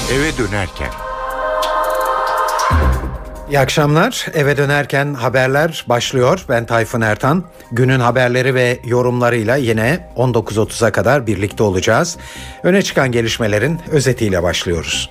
Eve dönerken. İyi akşamlar. Eve dönerken haberler başlıyor. Ben Tayfun Ertan. Günün haberleri ve yorumlarıyla yine 19.30'a kadar birlikte olacağız. Öne çıkan gelişmelerin özetiyle başlıyoruz.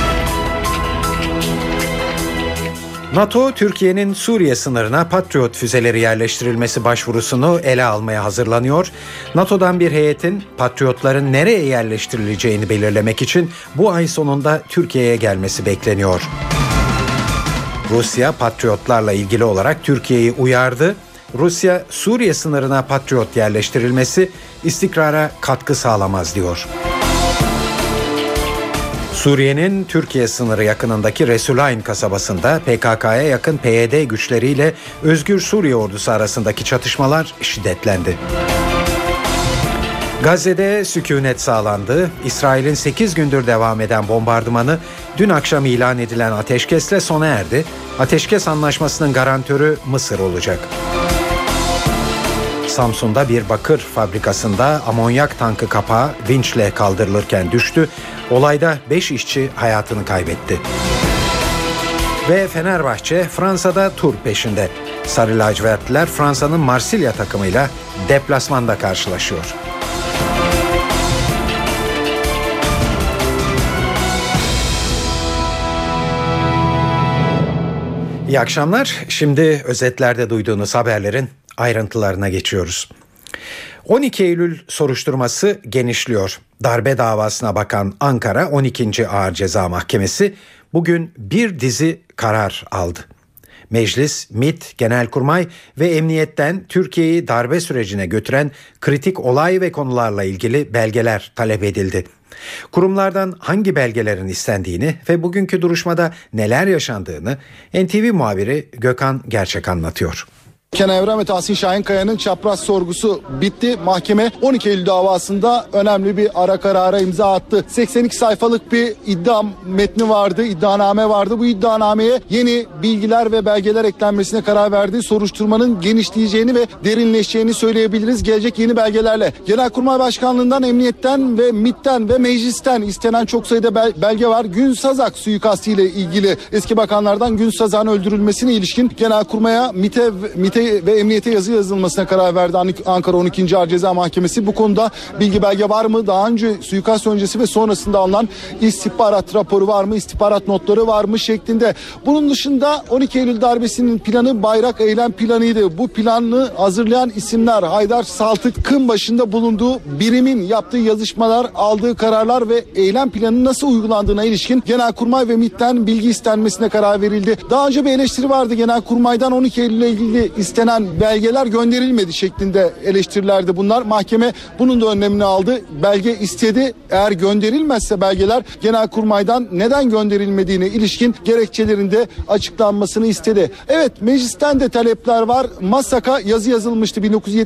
NATO, Türkiye'nin Suriye sınırına Patriot füzeleri yerleştirilmesi başvurusunu ele almaya hazırlanıyor. NATO'dan bir heyetin Patriotların nereye yerleştirileceğini belirlemek için bu ay sonunda Türkiye'ye gelmesi bekleniyor. Rusya, Patriotlarla ilgili olarak Türkiye'yi uyardı. Rusya, Suriye sınırına Patriot yerleştirilmesi istikrara katkı sağlamaz diyor. Suriye'nin Türkiye sınırı yakınındaki Resulayn kasabasında PKK'ya yakın PYD güçleriyle Özgür Suriye ordusu arasındaki çatışmalar şiddetlendi. Gazze'de sükunet sağlandı. İsrail'in 8 gündür devam eden bombardımanı dün akşam ilan edilen ateşkesle sona erdi. Ateşkes anlaşmasının garantörü Mısır olacak. Samsun'da bir bakır fabrikasında amonyak tankı kapağı vinçle kaldırılırken düştü. Olayda 5 işçi hayatını kaybetti. Ve Fenerbahçe Fransa'da tur peşinde. Sarı lacivertliler Fransa'nın Marsilya takımıyla deplasmanda karşılaşıyor. İyi akşamlar. Şimdi özetlerde duyduğunuz haberlerin ayrıntılarına geçiyoruz. 12 Eylül soruşturması genişliyor. Darbe davasına bakan Ankara 12. Ağır Ceza Mahkemesi bugün bir dizi karar aldı. Meclis, MİT, Genelkurmay ve Emniyet'ten Türkiye'yi darbe sürecine götüren kritik olay ve konularla ilgili belgeler talep edildi. Kurumlardan hangi belgelerin istendiğini ve bugünkü duruşmada neler yaşandığını NTV muhabiri Gökhan Gerçek anlatıyor. Kenan Evren ve Tahsin Şahinkaya'nın çapraz sorgusu bitti. Mahkeme 12 Eylül davasında önemli bir ara karara imza attı. 82 sayfalık bir iddia metni vardı, iddianame vardı. Bu iddianameye yeni bilgiler ve belgeler eklenmesine karar verdi. Soruşturmanın genişleyeceğini ve derinleşeceğini söyleyebiliriz gelecek yeni belgelerle. Genelkurmay Başkanlığı'ndan, Emniyet'ten ve MİT'ten ve Meclis'ten istenen çok sayıda belge var. Gün Sazak suikastı ile ilgili eski bakanlardan Gün Sazak'ın öldürülmesine ilişkin Genelkurmay'a, MİT'e ve Emniyet'e yazı yazılmasına karar verdi Ankara 12. Ağır Ceza Mahkemesi. Bu konuda bilgi belge var mı? Daha önce suikast öncesi ve sonrasında alınan istihbarat raporu var mı? İstihbarat notları var mı? Şeklinde. Bunun dışında 12 Eylül darbesinin planı bayrak eylem planıydı. Bu planı hazırlayan isimler Haydar Saltık'ın başında bulunduğu birimin yaptığı yazışmalar, aldığı kararlar ve eylem planının nasıl uygulandığına ilişkin Genelkurmay ve MİT'ten bilgi istenmesine karar verildi. Daha önce bir eleştiri vardı Genelkurmay'dan 12 Eylül ile ilgili istenen belgeler gönderilmedi şeklinde eleştirilerdi bunlar. Mahkeme bunun da önlemini aldı. Belge istedi. Eğer gönderilmezse belgeler Genelkurmay'dan neden gönderilmediğine ilişkin gerekçelerinde açıklanmasını istedi. Evet, meclisten de talepler var. MASAK'a yazı yazılmıştı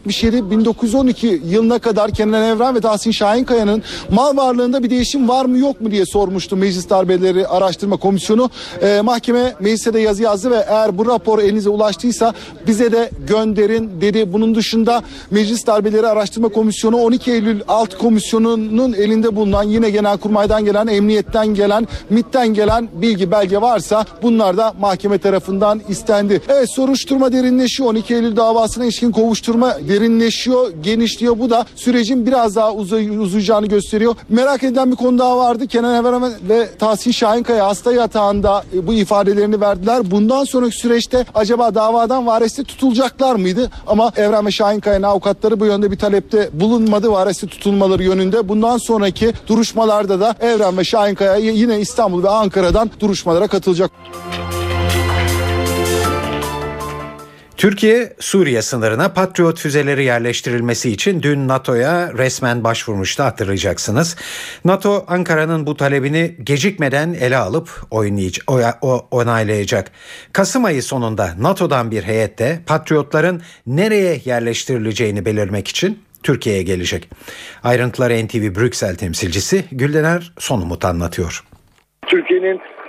1977-1912 yılına kadar Kenan Evren ve Tahsin Şahinkaya'nın mal varlığında bir değişim var mı yok mu diye sormuştu Meclis Darbeleri Araştırma Komisyonu. Mahkeme meclise de yazı yazdı ve eğer bu rapor elinize ulaştıysa bize de gönderin dedi. Bunun dışında Meclis Darbeleri Araştırma Komisyonu 12 Eylül Alt Komisyonu'nun elinde bulunan yine Genelkurmay'dan gelen, Emniyet'ten gelen, MİT'ten gelen bilgi belge varsa bunlar da mahkeme tarafından istendi. Evet, soruşturma derinleşiyor. 12 Eylül davasına ilişkin kovuşturma derinleşiyor, genişliyor. Bu da sürecin biraz daha uzayacağını gösteriyor. Merak edilen bir konu daha vardı. Kenan Evren ve Tahsin Şahinkaya hasta yatağında bu ifadelerini verdiler. Bundan sonraki süreçte acaba davadan varisli tutulacaklar mıydı? Ama Evren ve Şahinkaya'nın avukatları bu yönde bir talepte bulunmadı. Varisli tutulmaları yönünde. Bundan sonraki duruşmalarda da Evren ve Şahinkaya yine İstanbul ve Ankara'dan duruşmalara katılacak. Türkiye, Suriye sınırına Patriot füzeleri yerleştirilmesi için dün NATO'ya resmen başvurmuştu, hatırlayacaksınız. NATO, Ankara'nın bu talebini gecikmeden ele alıp onaylayacak. Kasım ayı sonunda NATO'dan bir heyette Patriotların nereye yerleştirileceğini belirlemek için Türkiye'ye gelecek. Ayrıntıları NTV Brüksel temsilcisi Güldener Sonumut anlatıyor. Türkiye'nin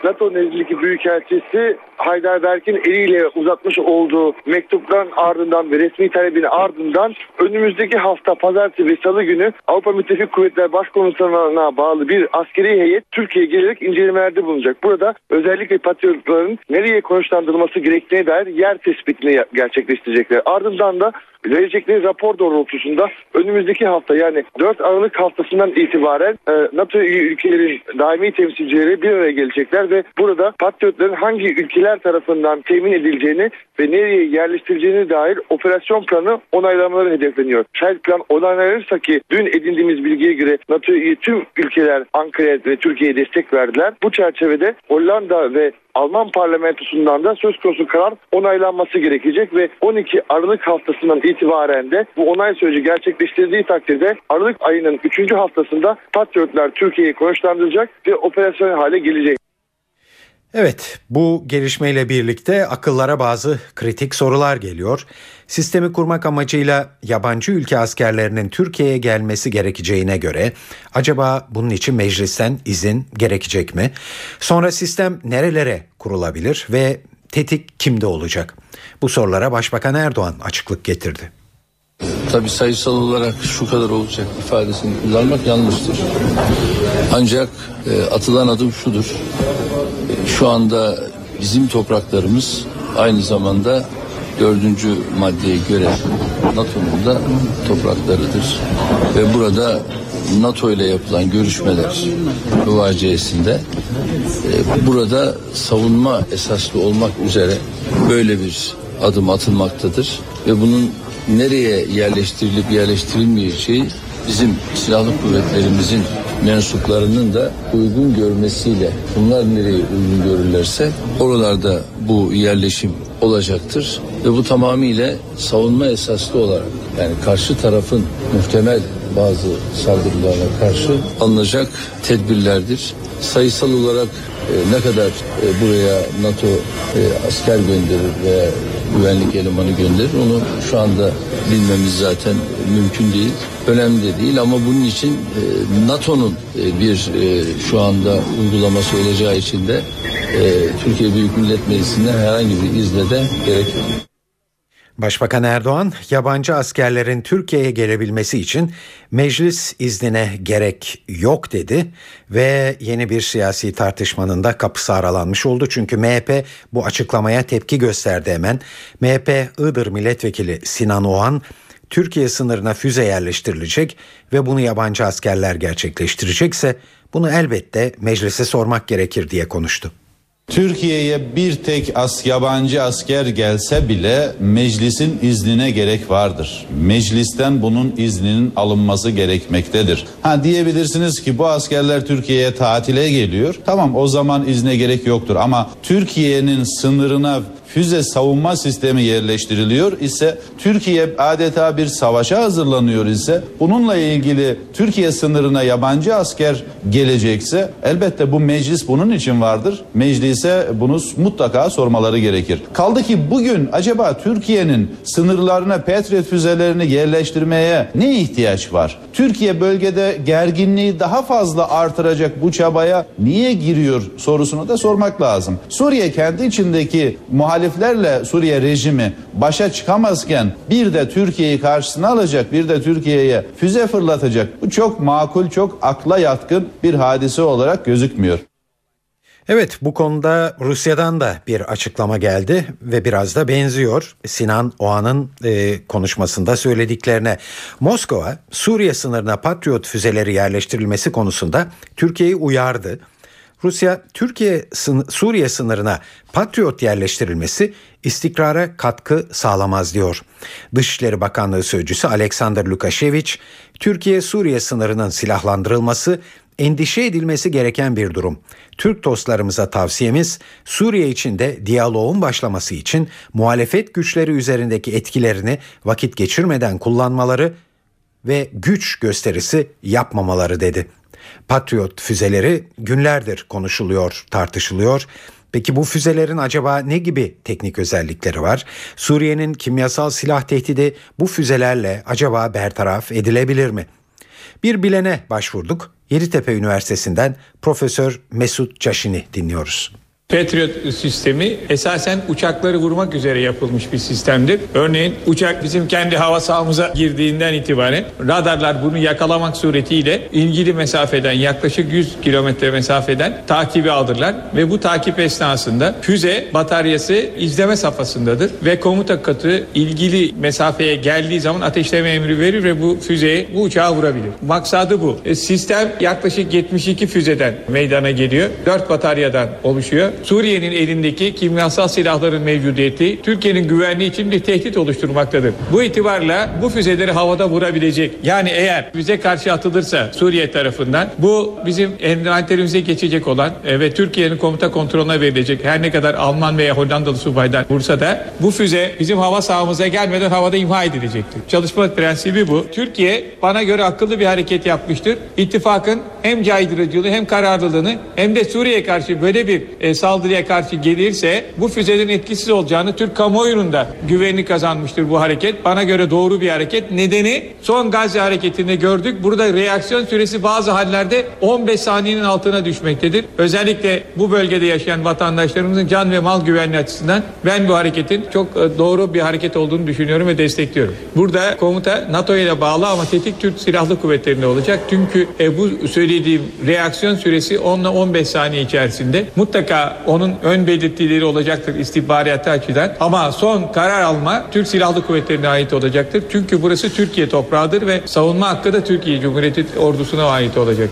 NATO nezdindeki Büyükelçisi Heidelberg'in eliyle uzatmış olduğu mektuptan ardından ve resmi talebinin ardından önümüzdeki hafta Pazartesi ve Salı günü Avrupa Müttefik Kuvvetler Başkomutanlığı'na bağlı bir askeri heyet Türkiye'ye gelerek incelemelerde bulunacak. Burada özellikle patriotların nereye konuşlandırılması gerektiğine dair yer tespitini gerçekleştirecekler. Ardından da verecekleri rapor doğrultusunda önümüzdeki hafta, yani 4 Aralık haftasından itibaren NATO ülkelerin daimi temsilcileri bir araya gelecekler ve burada patriotların hangi ülkeler tarafından temin edileceğini ve nereye yerleştirileceğine dair operasyon planı onaylamaları hedefleniyor. Şayet plan onaylanırsa, ki dün edindiğimiz bilgiye göre NATO tüm ülkeler Ankara'ya ve Türkiye'ye destek verdiler. Bu çerçevede Hollanda ve Alman parlamentosundan da söz konusu karar onaylanması gerekecek ve 12 Aralık haftasından itibaren de bu onay süreci gerçekleştirildiği takdirde Aralık ayının 3. haftasında patriotlar Türkiye'yi konuşlandıracak ve operasyonel hale gelecek. Evet, bu gelişmeyle birlikte akıllara bazı kritik sorular geliyor. Sistemi kurmak amacıyla yabancı ülke askerlerinin Türkiye'ye gelmesi gerekeceğine göre acaba bunun için meclisten izin gerekecek mi? Sonra sistem nerelere kurulabilir ve tetik kimde olacak? Bu sorulara Başbakan Erdoğan açıklık getirdi. Tabii sayısal olarak şu kadar olacak ifadesini kullanmak yanlıştır. Ancak atılan adım şudur. Şu anda bizim topraklarımız aynı zamanda 4. maddeye göre NATO'nun da topraklarıdır. Ve burada NATO ile yapılan görüşmeler müvaceesinde burada savunma esaslı olmak üzere böyle bir adım atılmaktadır. Ve bunun nereye yerleştirilip yerleştirilmeyeceği bizim silahlı kuvvetlerimizin mensuplarının da uygun görmesiyle, bunlar nereye uygun görürlerse oralarda bu yerleşim olacaktır. Ve bu tamamıyla savunma esaslı olarak, yani karşı tarafın muhtemel bazı saldırılarına karşı alınacak tedbirlerdir. Sayısal olarak ne kadar buraya NATO asker gönderir veya güvenlik elemanı gönderir, onu şu anda bilmemiz zaten mümkün değil. Önemli de değil ama bunun için NATO'nun bir şu anda uygulaması olacağı için de Türkiye Büyük Millet Meclisi'nden herhangi bir izne de gerek yok. Başbakan Erdoğan, yabancı askerlerin Türkiye'ye gelebilmesi için meclis iznine gerek yok dedi ve yeni bir siyasi tartışmanın da kapısı aralanmış oldu. Çünkü MHP bu açıklamaya tepki gösterdi hemen. MHP Iğdır Milletvekili Sinan Oğan, Türkiye sınırına füze yerleştirilecek ve bunu yabancı askerler gerçekleştirecekse bunu elbette meclise sormak gerekir diye konuştu. Türkiye'ye bir tek yabancı asker gelse bile meclisin iznine gerek vardır. Meclisten bunun izninin alınması gerekmektedir. Diyebilirsiniz ki bu askerler Türkiye'ye tatile geliyor. Tamam, o zaman izne gerek yoktur ama Türkiye'nin sınırına füze savunma sistemi yerleştiriliyor ise, Türkiye adeta bir savaşa hazırlanıyor ise, bununla ilgili Türkiye sınırına yabancı asker gelecekse elbette bu meclis bunun için vardır. Meclise bunu mutlaka sormaları gerekir. Kaldı ki bugün acaba Türkiye'nin sınırlarına Patriot füzelerini yerleştirmeye ne ihtiyaç var? Türkiye bölgede gerginliği daha fazla artıracak bu çabaya niye giriyor sorusunu da sormak lazım. Suriye kendi içindeki muhaliflerle Suriye rejimi başa çıkamazken bir de Türkiye'yi karşısına alacak, bir de Türkiye'ye füze fırlatacak. Bu çok makul, çok akla yatkın bir hadise olarak gözükmüyor. Evet, bu konuda Rusya'dan da bir açıklama geldi ve biraz da benziyor Sinan Oğan'ın konuşmasında söylediklerine. Moskova, Suriye sınırına Patriot füzeleri yerleştirilmesi konusunda Türkiye'yi uyardı. Rusya, Suriye sınırına Patriot yerleştirilmesi istikrara katkı sağlamaz diyor. Dışişleri Bakanlığı Sözcüsü Alexander Lukashevich, Türkiye-Suriye sınırının silahlandırılması endişe edilmesi gereken bir durum. Türk dostlarımıza tavsiyemiz, Suriye içinde diyaloğun başlaması için muhalefet güçleri üzerindeki etkilerini vakit geçirmeden kullanmaları ve güç gösterisi yapmamaları dedi. Patriot füzeleri günlerdir konuşuluyor, tartışılıyor. Peki bu füzelerin acaba ne gibi teknik özellikleri var? Suriye'nin kimyasal silah tehdidi bu füzelerle acaba bertaraf edilebilir mi? Bir bilene başvurduk. Yeditepe Üniversitesi'nden Profesör Mesut Caşin'i dinliyoruz. Patriot sistemi esasen uçakları vurmak üzere yapılmış bir sistemdir. Örneğin uçak bizim kendi hava sahamıza girdiğinden itibaren radarlar bunu yakalamak suretiyle ilgili mesafeden yaklaşık 100 kilometre mesafeden takibi alırlar ve bu takip esnasında füze bataryası izleme safhasındadır ve komuta katı ilgili mesafeye geldiği zaman ateşleme emri verir ve bu füzeyi bu uçağa vurabilir. Maksadı bu. Sistem yaklaşık 72 füzeden meydana geliyor. 4 bataryadan oluşuyor. Suriye'nin elindeki kimyasal silahların mevcudiyeti Türkiye'nin güvenliği için bir tehdit oluşturmaktadır. Bu itibarla bu füzeleri havada vurabilecek. Yani eğer bize karşı atılırsa Suriye tarafından bu bizim envanterimize geçecek olan ve Türkiye'nin komuta kontrolüne verilecek her ne kadar Alman veya Hollandalı subaydan vursa da bu füze bizim hava sahamıza gelmeden havada imha edilecektir. Çalışma prensibi bu. Türkiye bana göre akıllı bir hareket yapmıştır. İttifakın hem caydırıcılığı hem kararlılığını hem de Suriye'ye karşı böyle bir saldırıya karşı gelirse bu füzelerin etkisiz olacağını Türk kamuoyunun da güvenini kazanmıştır bu hareket. Bana göre doğru bir hareket. Nedeni son Gazze hareketinde gördük. Burada reaksiyon süresi bazı hallerde 15 saniyenin altına düşmektedir. Özellikle bu bölgede yaşayan vatandaşlarımızın can ve mal güvenliği açısından ben bu hareketin çok doğru bir hareket olduğunu düşünüyorum ve destekliyorum. Burada komuta NATO ile bağlı ama tetik Türk Silahlı Kuvvetleri'nde olacak. Çünkü bu söylediğim reaksiyon süresi 10 ile 15 saniye içerisinde mutlaka onun ön belirtileri olacaktır istihbarati açıdan. Ama son karar alma Türk Silahlı Kuvvetleri'ne ait olacaktır. Çünkü burası Türkiye toprağıdır ve savunma hakkı da Türkiye Cumhuriyeti ordusuna ait olacak.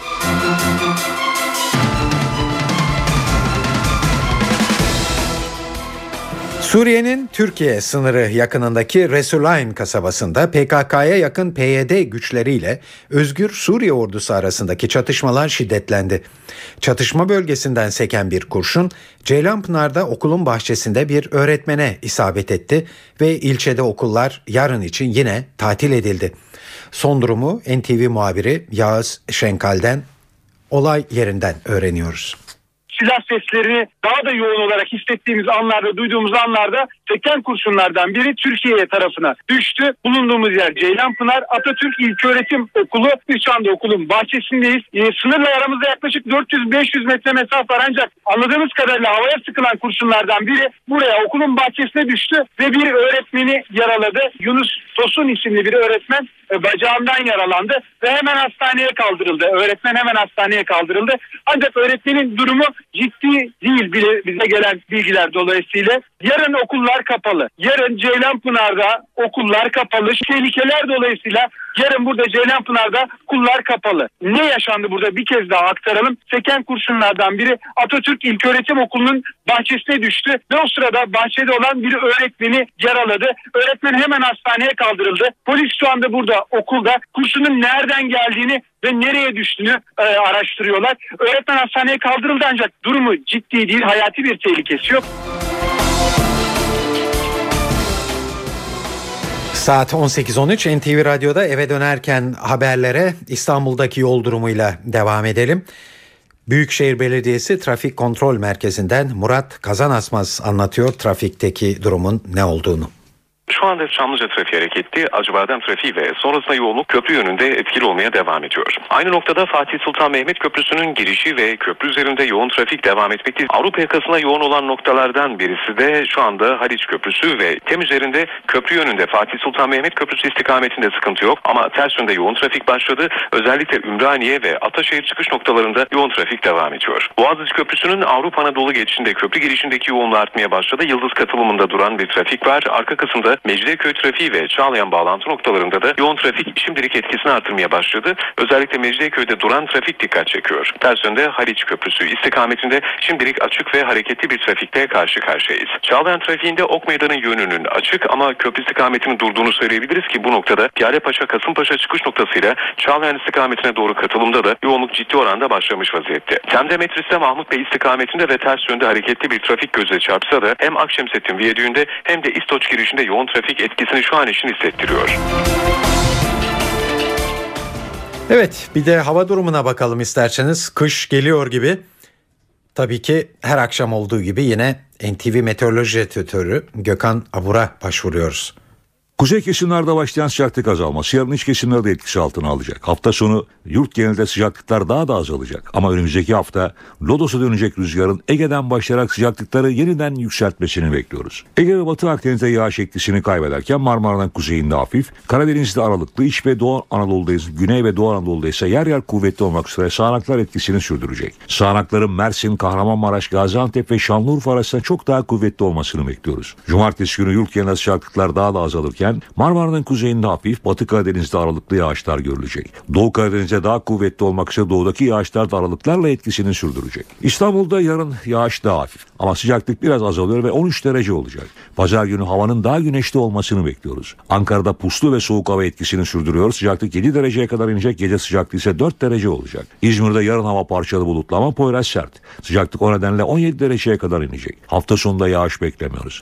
Suriye'nin Türkiye sınırı yakınındaki Resulayn kasabasında PKK'ya yakın PYD güçleriyle Özgür Suriye ordusu arasındaki çatışmalar şiddetlendi. Çatışma bölgesinden seken bir kurşun Ceylanpınar'da okulun bahçesinde bir öğretmene isabet etti ve ilçede okullar yarın için yine tatil edildi. Son durumu NTV muhabiri Yağız Şenkal'den olay yerinden öğreniyoruz. Silah seslerini daha da yoğun olarak hissettiğimiz anlarda, duyduğumuz anlarda seken kurşunlardan biri Türkiye tarafına düştü. Bulunduğumuz yer Ceylanpınar Atatürk İlköğretim Okulu. Biz şu anda okulun bahçesindeyiz. Sınırla aramızda yaklaşık 400-500 metre mesafe var ancak anladığımız kadarıyla havaya sıkılan kurşunlardan biri buraya okulun bahçesine düştü ve bir öğretmeni yaraladı. Yunus Tosun isimli bir öğretmen bacağından yaralandı ve hemen hastaneye kaldırıldı. Öğretmen hemen hastaneye kaldırıldı. Ancak öğretmenin durumu ciddi değil bize gelen bilgiler dolayısıyla. Yarın okullar kapalı. Yarın Ceylanpınar'da okullar kapalı. Tehlikeler dolayısıyla yarın burada Ceylanpınar'da okullar kapalı. Ne yaşandı burada bir kez daha aktaralım. Seken kurşunlardan biri Atatürk İlköğretim Okulu'nun bahçesine düştü ve o sırada bahçede olan bir öğretmeni yaraladı. Öğretmen hemen hastaneye kaldırıldı. Polis şu anda burada okulda kurşunun nereden geldiğini ve nereye düştüğünü araştırıyorlar. Öğretmen hastaneye kaldırıldı ancak durumu ciddi değil, hayati bir tehlikesi yok. Saat 18.13 NTV Radyo'da eve dönerken haberlere İstanbul'daki yol durumuyla devam edelim. Büyükşehir Belediyesi Trafik Kontrol Merkezi'nden Murat Kazanasmaz anlatıyor trafikteki durumun ne olduğunu. Şu anda Çamlıca trafiği hareketli, Acıbadem trafiği ve sonrasında yoğunluk köprü yönünde etkili olmaya devam ediyor. Aynı noktada Fatih Sultan Mehmet Köprüsü'nün girişi ve köprü üzerinde yoğun trafik devam etmekte. Avrupa yakasına yoğun olan noktalardan birisi de şu anda Haliç Köprüsü ve TEM üzerinde köprü yönünde Fatih Sultan Mehmet Köprüsü istikametinde sıkıntı yok. Ama ters yönde yoğun trafik başladı. Özellikle Ümraniye ve Ataşehir çıkış noktalarında yoğun trafik devam ediyor. Boğaziçi Köprüsü'nün Avrupa Anadolu geçişinde köprü girişindeki yoğunluğu artmaya başladı. Yıldız katılımında duran bir trafik var. Arka kısımda Mecidiyeköy trafiği ve Çağlayan bağlantı noktalarında da yoğun trafik şimdilik etkisini artırmaya başladı. Özellikle Mecidiyeköy'de duran trafik dikkat çekiyor. Ters yönde Haliç Köprüsü istikametinde şimdilik açık ve hareketli bir trafikle karşı karşıyayız. Çağlayan trafiğinde Ok Meydanı yönünün açık ama köprü istikametinin durduğunu söyleyebiliriz ki bu noktada Piyadepaşa Kasımpaşa çıkış noktasıyla Çağlayan istikametine doğru katılımda da yoğunluk ciddi oranda başlamış vaziyette. Temde Metris'te Mahmut Bey istikametinde ve ters yönde hareketli bir trafik göze çarpsa da hem Akşemsettin Viyadüğü'nde hem de İstoç girişinde yoğun trafik etkisini şu an için hissettiriyor. Evet, bir de hava durumuna bakalım isterseniz. Kış geliyor gibi. Tabii ki her akşam olduğu gibi yine NTV Meteoroloji Editörü Gökhan Abur'a başvuruyoruz. Kuzey kesimlerde başlayan sıcaklık azalması yarın iç kesimleri de etkisi altına alacak. Hafta sonu yurt genelinde sıcaklıklar daha da azalacak. Ama önümüzdeki hafta lodosa dönecek rüzgarın Ege'den başlayarak sıcaklıkları yeniden yükseltmesini bekliyoruz. Ege ve Batı Akdeniz'de yağış etkisini kaybederken Marmara'nın kuzeyinde hafif, Karadeniz'de aralıklı, İç ve Doğu Anadolu'da, Güney ve Doğu Anadolu'da ise yer yer kuvvetli olmak üzere sağanaklar etkisini sürdürecek. Sağanakların Mersin, Kahramanmaraş, Gaziantep ve Şanlıurfa arasında çok daha kuvvetli olmasını bekliyoruz. Cumartesi günü yurt genelinde sıcaklıklar daha da azalırken Marmara'nın kuzeyinde hafif, Batı Karadeniz'de aralıklı yağışlar görülecek. Doğu Karadeniz'de daha kuvvetli olmak üzere doğudaki yağışlar da aralıklarla etkisini sürdürecek. İstanbul'da yarın yağış daha hafif ama sıcaklık biraz azalıyor ve 13 derece olacak. Pazar günü havanın daha güneşli olmasını bekliyoruz. Ankara'da puslu ve soğuk hava etkisini sürdürüyor. Sıcaklık 7 dereceye kadar inecek, gece sıcaklığı ise 4 derece olacak. İzmir'de yarın hava parçalı bulutlu ama Poyraz sert. Sıcaklık o nedenle 17 dereceye kadar inecek. Hafta sonunda yağış beklemiyoruz.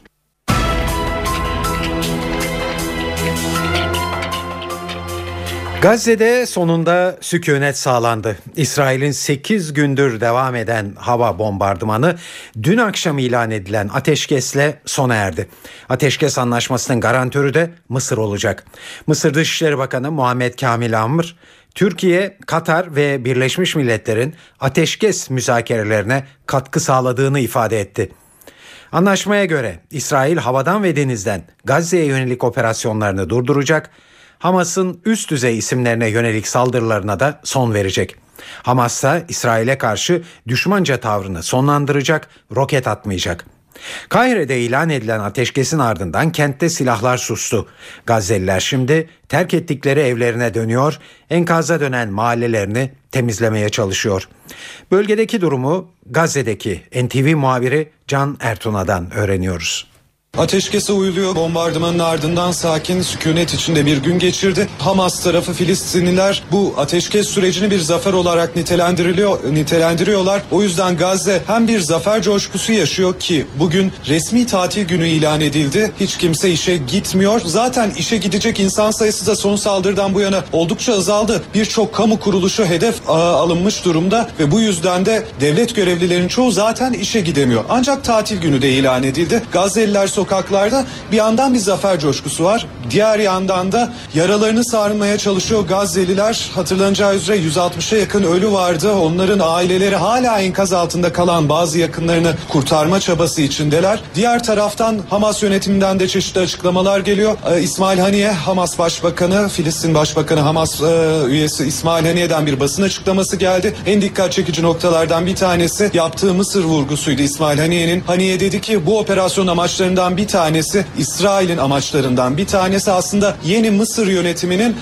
Gazze'de sonunda sükunet sağlandı. İsrail'in 8 gündür devam eden hava bombardımanı dün akşam ilan edilen ateşkesle sona erdi. Ateşkes anlaşmasının garantörü de Mısır olacak. Mısır Dışişleri Bakanı Muhammed Kamil Amr, Türkiye, Katar ve Birleşmiş Milletler'in ateşkes müzakerelerine katkı sağladığını ifade etti. Anlaşmaya göre İsrail havadan ve denizden Gazze'ye yönelik operasyonlarını durduracak, Hamas'ın üst düzey isimlerine yönelik saldırılarına da son verecek. Hamas da İsrail'e karşı düşmanca tavrını sonlandıracak, roket atmayacak. Kahire'de ilan edilen ateşkesin ardından kentte silahlar sustu. Gazze'liler şimdi terk ettikleri evlerine dönüyor, enkaza dönen mahallelerini temizlemeye çalışıyor. Bölgedeki durumu Gazze'deki NTV muhabiri Can Ertuna'dan öğreniyoruz. Ateşkese uyuluyor. Bombardımanın ardından sakin, sükunet içinde bir gün geçirdi. Hamas tarafı Filistinliler bu ateşkes sürecini bir zafer olarak nitelendiriyorlar. O yüzden Gazze hem bir zafer coşkusu yaşıyor ki bugün resmi tatil günü ilan edildi. Hiç kimse işe gitmiyor. Zaten işe gidecek insan sayısı da son saldırıdan bu yana oldukça azaldı. Birçok kamu kuruluşu hedef alınmış durumda ve bu yüzden de devlet görevlilerinin çoğu zaten işe gidemiyor. Ancak tatil günü de ilan edildi. Gazze'liler sokaklarda bir yandan bir zafer coşkusu var. Diğer yandan da yaralarını sarmaya çalışıyor Gazze'liler. Hatırlanacağı üzere 160'a yakın ölü vardı. Onların aileleri hala enkaz altında kalan bazı yakınlarını kurtarma çabası içindeler. Diğer taraftan Hamas yönetiminden de çeşitli açıklamalar geliyor. İsmail Haniye, Hamas Başbakanı, Filistin Başbakanı Hamas üyesi İsmail Haniye'den bir basın açıklaması geldi. En dikkat çekici noktalardan bir tanesi yaptığı Mısır vurgusuydu İsmail Haniye'nin. Haniye dedi ki bu operasyon amaçlarından bir tanesi, İsrail'in amaçlarından bir tanesi aslında yeni Mısır yönetiminin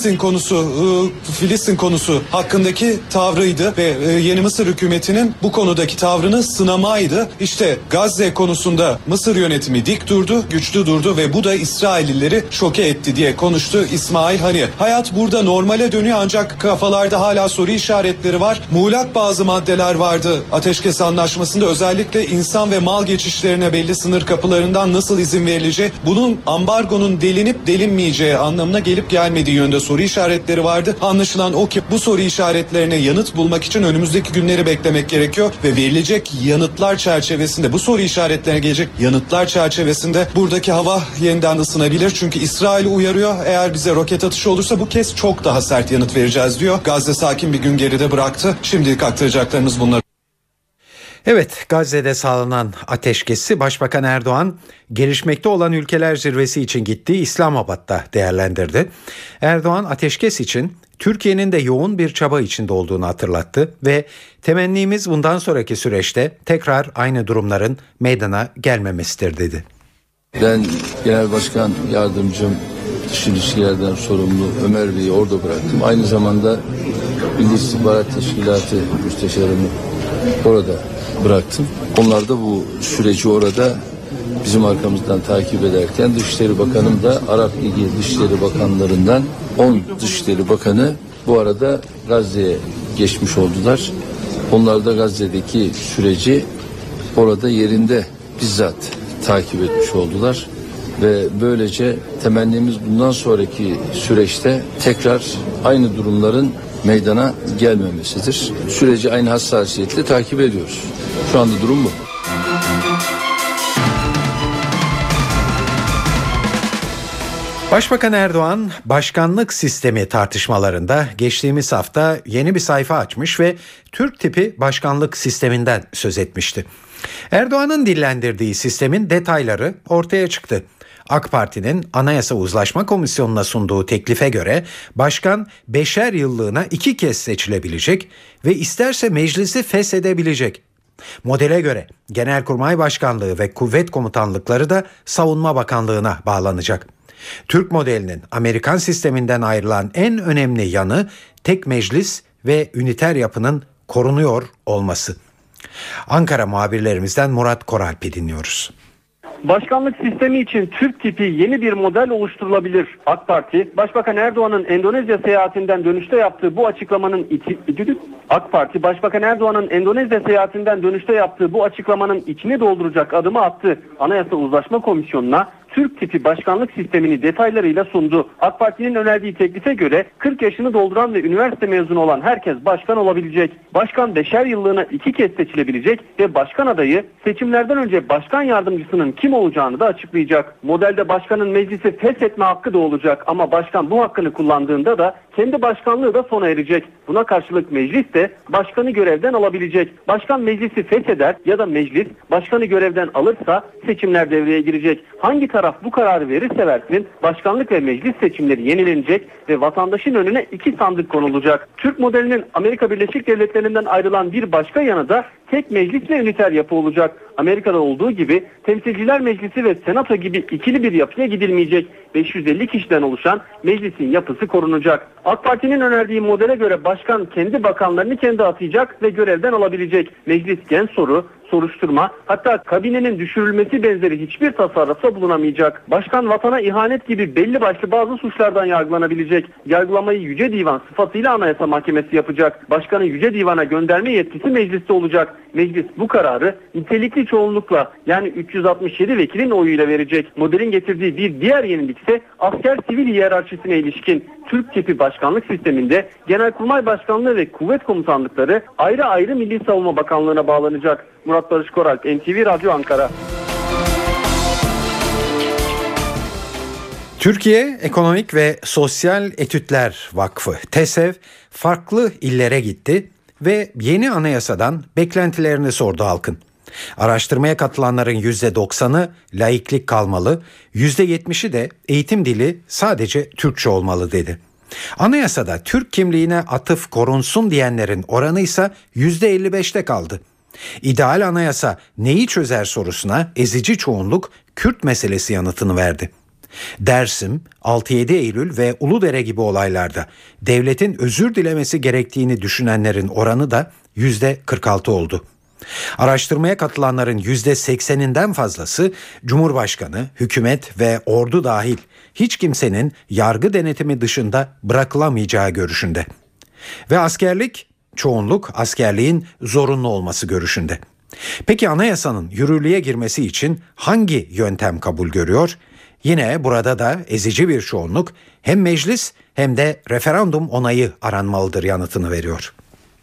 Filistin konusu hakkındaki tavrıydı ve yeni Mısır hükümetinin bu konudaki tavrını sınamaydı. İşte Gazze konusunda Mısır yönetimi dik durdu, güçlü durdu ve bu da İsraillileri şoke etti diye konuştu İsmail Haniye. Hayat burada normale dönüyor ancak kafalarda hala soru işaretleri var. Muğlak bazı maddeler vardı ateşkes anlaşmasında, özellikle insan ve mal geçişlerine belli sınır kapılarından nasıl izin verileceği, bunun ambargonun delinip delinmeyeceği anlamına gelip gelmediği yönde soru işaretleri vardı. Anlaşılan o ki bu soru işaretlerine yanıt bulmak için önümüzdeki günleri beklemek gerekiyor ve verilecek yanıtlar çerçevesinde, bu soru işaretlerine gelecek yanıtlar çerçevesinde buradaki hava yeniden ısınabilir. Çünkü İsrail uyarıyor, eğer bize roket atışı olursa bu kez çok daha sert yanıt vereceğiz diyor. Gazze sakin bir gün geride bıraktı. Şimdilik aktaracaklarımız bunlar. Evet, Gazze'de sağlanan ateşkesi Başbakan Erdoğan gelişmekte olan ülkeler zirvesi için gittiği İslamabad'da değerlendirdi. Erdoğan ateşkes için Türkiye'nin de yoğun bir çaba içinde olduğunu hatırlattı ve temennimiz bundan sonraki süreçte tekrar aynı durumların meydana gelmemesidir dedi. Ben Genel Başkan Yardımcım Dış İlişkilerden sorumlu Ömer Bey'i orada bıraktım. Aynı zamanda Milli İstihbarat Teşkilatı Müsteşarımı orada bıraktım. Onlar da bu süreci orada bizim arkamızdan takip ederken Dışişleri Bakanım da Arap Ligi Dışişleri Bakanlarından 10 Dışişleri Bakanı bu arada Gazze'ye geçmiş oldular. Onlar da Gazze'deki süreci orada yerinde bizzat takip etmiş oldular. Ve böylece temennimiz bundan sonraki süreçte tekrar aynı durumların meydana gelmemesidir. Süreci aynı hassasiyetle takip ediyoruz. Şu anda durum bu. Başbakan Erdoğan başkanlık sistemi tartışmalarında geçtiğimiz hafta yeni bir sayfa açmış ve Türk tipi başkanlık sisteminden söz etmişti. Erdoğan'ın dillendirdiği sistemin detayları ortaya çıktı. AK Parti'nin Anayasa Uzlaşma Komisyonu'na sunduğu teklife göre başkan 5'er yıllığına 2 kez seçilebilecek ve isterse meclisi feshedebilecek. Modele göre Genelkurmay Başkanlığı ve Kuvvet Komutanlıkları da Savunma Bakanlığı'na bağlanacak. Türk modelinin Amerikan sisteminden ayrılan en önemli yanı tek meclis ve üniter yapının korunuyor olması. Ankara muhabirlerimizden Murat Koralp'i dinliyoruz. Başkanlık sistemi için Türk tipi yeni bir model oluşturulabilir. AK Parti, Başbakan Erdoğan'ın Endonezya seyahatinden dönüşte yaptığı bu açıklamanın içini dolduracak adımı attı. Anayasa Uzlaşma Komisyonu'na Türk tipi başkanlık sistemini detaylarıyla sundu. AK Parti'nin önerdiği teklife göre 40 yaşını dolduran ve üniversite mezunu olan herkes başkan olabilecek. Başkan 5'er yıllığına 2 kez seçilebilecek ve başkan adayı seçimlerden önce başkan yardımcısının kim olacağını da açıklayacak. Modelde başkanın meclisi feshetme hakkı da olacak ama başkan bu hakkını kullandığında da kendi başkanlığı da sona erecek. Buna karşılık meclis de başkanı görevden alabilecek. Başkan meclisi fesheder ya da meclis başkanı görevden alırsa seçimler devreye girecek. Hangi taraf bu kararı verirse versin başkanlık ve meclis seçimleri yenilenecek ve vatandaşın önüne 2 sandık konulacak. Türk modelinin Amerika Birleşik Devletleri'nden ayrılan bir başka yanı da tek meclis ve üniter yapı olacak. Amerika'da olduğu gibi Temsilciler Meclisi ve Senato gibi ikili bir yapıya gidilmeyecek. 550 kişiden oluşan meclisin yapısı korunacak. AK Parti'nin önerdiği modele göre başkan kendi bakanlarını kendi atayacak ve görevden alabilecek. Meclis gen soru, soruşturma, hatta kabinenin düşürülmesi benzeri hiçbir tasarrufta bulunamayacak. Başkan vatana ihanet gibi belli başlı bazı suçlardan yargılanabilecek. Yargılamayı Yüce Divan sıfatıyla Anayasa Mahkemesi yapacak. Başkanı Yüce Divan'a gönderme yetkisi mecliste olacak. Meclis bu kararı nitelikli çoğunlukla yani 367 vekilin oyuyla verecek. Modelin getirdiği bir diğer yenilik ise asker sivil hiyerarşisine ilişkin. Türk tipi başkanlık sisteminde Genelkurmay Başkanlığı ve Kuvvet Komutanlıkları ayrı ayrı Milli Savunma Bakanlığı'na bağlanacak. Murat Barış Koralp, NTV Radyo Ankara. Türkiye Ekonomik ve Sosyal Etütler Vakfı TESEV farklı illere gitti ve yeni anayasadan beklentilerini sordu halkın. Araştırmaya katılanların %90'ı laiklik kalmalı, %70'i de eğitim dili sadece Türkçe olmalı dedi. Anayasada Türk kimliğine atıf korunsun diyenlerin oranı ise %55'te kaldı. İdeal anayasa neyi çözer sorusuna ezici çoğunluk Kürt meselesi yanıtını verdi. Dersim, 6-7 Eylül ve Uludere gibi olaylarda devletin özür dilemesi gerektiğini düşünenlerin oranı da %46 oldu. Araştırmaya katılanların %80'inden fazlası Cumhurbaşkanı, hükümet ve ordu dahil hiç kimsenin yargı denetimi dışında bırakılamayacağı görüşünde. Ve askerlik, çoğunluk askerliğin zorunlu olması görüşünde. Peki anayasanın yürürlüğe girmesi için hangi yöntem kabul görüyor? Yine burada da ezici bir çoğunluk hem meclis hem de referandum onayı aranmalıdır yanıtını veriyor.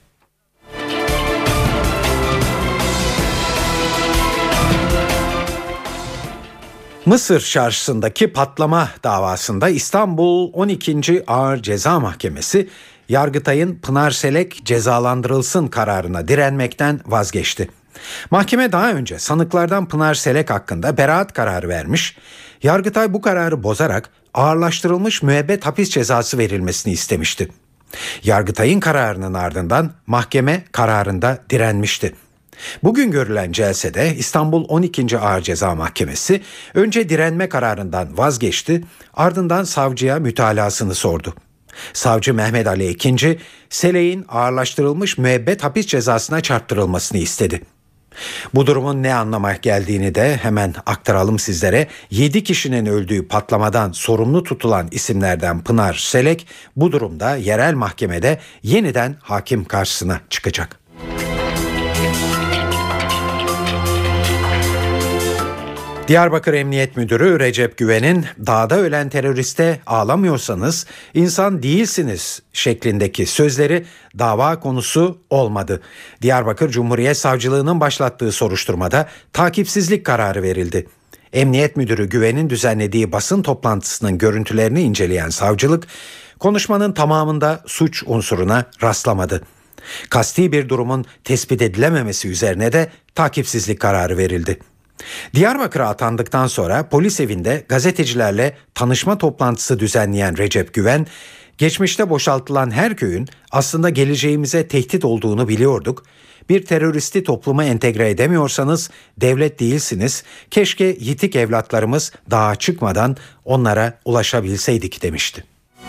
Mısır Çarşısı'ndaki patlama davasında İstanbul 12. Ağır Ceza Mahkemesi Yargıtay'ın Pınar Selek cezalandırılsın kararına direnmekten vazgeçti. Mahkeme daha önce sanıklardan Pınar Selek hakkında beraat kararı vermiş, Yargıtay bu kararı bozarak ağırlaştırılmış müebbet hapis cezası verilmesini istemişti. Yargıtay'ın kararının ardından mahkeme kararında direnmişti. Bugün görülen celsede İstanbul 12. Ağır Ceza Mahkemesi önce direnme kararından vazgeçti, ardından savcıya mütalasını sordu. Savcı Mehmet Ali Ekinci, Selek'in ağırlaştırılmış müebbet hapis cezasına çarptırılmasını istedi. Bu durumun ne anlama geldiğini de hemen aktaralım sizlere. 7 kişinin öldüğü patlamadan sorumlu tutulan isimlerden Pınar Selek bu durumda yerel mahkemede yeniden hakim karşısına çıkacak. Diyarbakır Emniyet Müdürü Recep Güven'in dağda ölen teröriste ağlamıyorsanız insan değilsiniz şeklindeki sözleri dava konusu olmadı. Diyarbakır Cumhuriyet Savcılığı'nın başlattığı soruşturmada takipsizlik kararı verildi. Emniyet Müdürü Güven'in düzenlediği basın toplantısının görüntülerini inceleyen savcılık, konuşmanın tamamında suç unsuruna rastlamadı. Kasti bir durumun tespit edilememesi üzerine de takipsizlik kararı verildi. Diyarbakır'a atandıktan sonra polis evinde gazetecilerle tanışma toplantısı düzenleyen Recep Güven, geçmişte boşaltılan her köyün aslında geleceğimize tehdit olduğunu biliyorduk. Bir teröristi topluma entegre edemiyorsanız devlet değilsiniz. Keşke yitik evlatlarımız dağa çıkmadan onlara ulaşabilseydik demişti.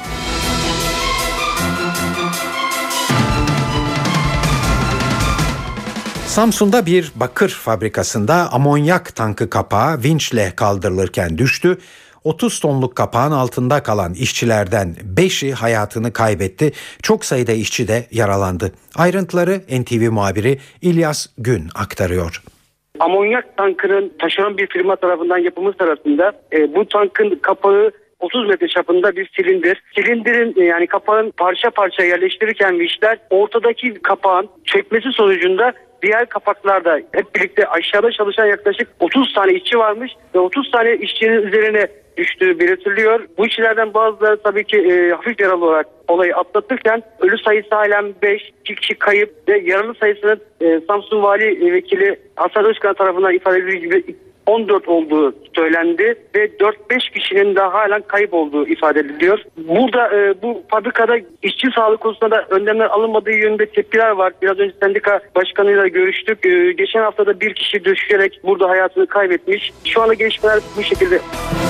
Samsun'da bir bakır fabrikasında amonyak tankı kapağı vinçle kaldırılırken düştü. 30 tonluk kapağın altında kalan işçilerden 5'i hayatını kaybetti. Çok sayıda işçi de yaralandı. Ayrıntıları NTV muhabiri İlyas Gün aktarıyor. Amonyak tankının taşeron bir firma tarafından yapımı sırasında bu tankın kapağı 30 metre çapında bir silindir. Silindirin yani kapağın parça parça yerleştirirken vinçler ortadaki kapağın çekmesi sonucunda diğer kapaklarda hep birlikte aşağıda çalışan yaklaşık 30 tane işçi varmış ve 30 tane işçinin üzerine düştüğü belirtiliyor. Bu işçilerden bazıları tabii ki hafif yaralı olarak olayı atlatırken ölü sayısı halen 5, 2 kişi kayıp ve yaralı sayısının Samsun Vali Vekili Hasan Özkan tarafından ifade edildiği gibi 14 olduğu söylendi ve 4-5 kişinin daha halen kayıp olduğu ifade ediliyor. Burada bu fabrikada işçi sağlığı konusunda da önlemler alınmadığı yönünde tepkiler var. Biraz önce sendika başkanıyla görüştük. Geçen haftada bir kişi düşerek burada hayatını kaybetmiş. Şu anda gelişmeler bu şekilde.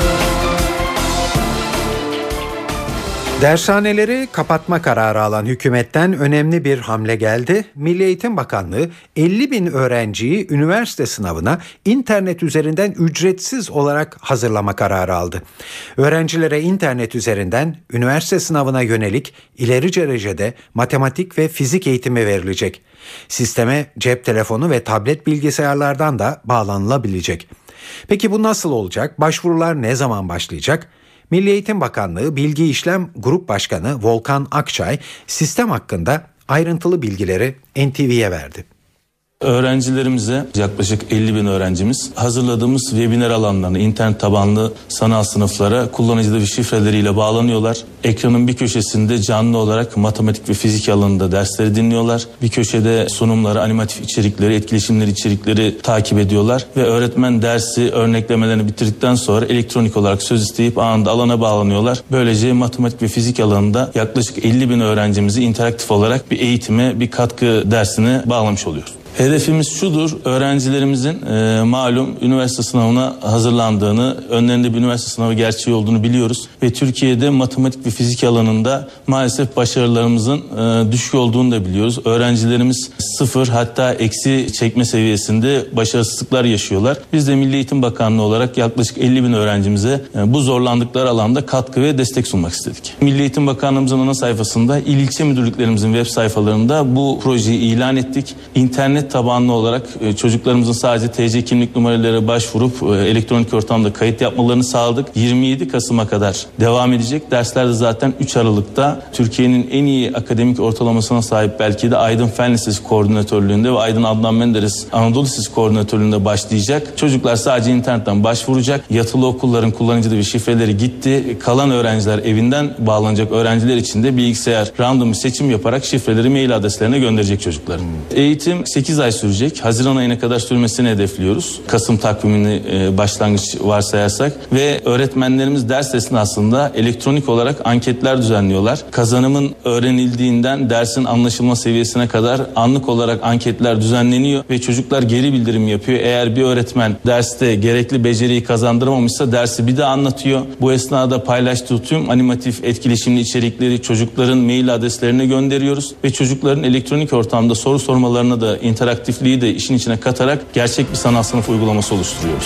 Dershaneleri kapatma kararı alan hükümetten önemli bir hamle geldi. Milli Eğitim Bakanlığı 50 bin öğrenciyi üniversite sınavına internet üzerinden ücretsiz olarak hazırlama kararı aldı. Öğrencilere internet üzerinden üniversite sınavına yönelik ileri derecede matematik ve fizik eğitimi verilecek. Sisteme cep telefonu ve tablet bilgisayarlardan da bağlanılabilecek. Peki bu nasıl olacak? Başvurular ne zaman başlayacak? Milli Eğitim Bakanlığı Bilgi İşlem Grup Başkanı Volkan Akçay sistem hakkında ayrıntılı bilgileri NTV'ye verdi. Öğrencilerimize yaklaşık 50 bin öğrencimiz hazırladığımız webinar alanlarına, internet tabanlı sanal sınıflara kullanıcı ve şifreleriyle bağlanıyorlar. Ekranın bir köşesinde canlı olarak matematik ve fizik alanında dersleri dinliyorlar. Bir köşede sunumları, animatif içerikleri, etkileşimleri içerikleri takip ediyorlar. Ve öğretmen dersi örneklemelerini bitirdikten sonra elektronik olarak söz isteyip anında alana bağlanıyorlar. Böylece matematik ve fizik alanında yaklaşık 50 bin öğrencimizi interaktif olarak bir eğitime, bir katkı dersine bağlamış oluyoruz. Hedefimiz şudur, öğrencilerimizin malum üniversite sınavına hazırlandığını, önlerinde bir üniversite sınavı gerçeği olduğunu biliyoruz. Ve Türkiye'de matematik ve fizik alanında maalesef başarılarımızın düşük olduğunu da biliyoruz. Öğrencilerimiz 0 hatta eksi çekme seviyesinde başarısızlıklar yaşıyorlar. Biz de Milli Eğitim Bakanlığı olarak yaklaşık 50 bin öğrencimize bu zorlandıkları alanda katkı ve destek sunmak istedik. Milli Eğitim Bakanlığımızın ana sayfasında ilçe müdürlüklerimizin web sayfalarında bu projeyi ilan ettik. İnternet tabanlı olarak çocuklarımızın sadece TC kimlik numaraları başvurup elektronik ortamda kayıt yapmalarını sağladık. 27 Kasım'a kadar devam edecek. Dersler de zaten 3 Aralık'ta Türkiye'nin en iyi akademik ortalamasına sahip belki de Aydın Fen Lisesi koordinatörlüğünde ve Aydın Adnan Menderes Anadolu Lisesi koordinatörlüğünde başlayacak. Çocuklar sadece internetten başvuracak. Yatılı okulların kullanıcı ve şifreleri gitti. Kalan öğrenciler evinden bağlanacak öğrenciler için de bilgisayar random bir seçim yaparak şifreleri mail adreslerine gönderecek çocukların. Eğitim 8 ay sürecek. Haziran ayına kadar sürmesini hedefliyoruz. Kasım takvimini başlangıç varsayarsak ve öğretmenlerimiz ders esnasında elektronik olarak anketler düzenliyorlar. Kazanımın öğrenildiğinden dersin anlaşılma seviyesine kadar anlık olarak anketler düzenleniyor ve çocuklar geri bildirim yapıyor. Eğer bir öğretmen derste gerekli beceriyi kazandıramamışsa dersi bir daha anlatıyor. Bu esnada paylaştığı tüm animatif etkileşimli içerikleri çocukların mail adreslerine gönderiyoruz ve çocukların elektronik ortamda soru sormalarına da interaktifliği de işin içine katarak gerçek bir sanal sınıf uygulaması oluşturuyoruz.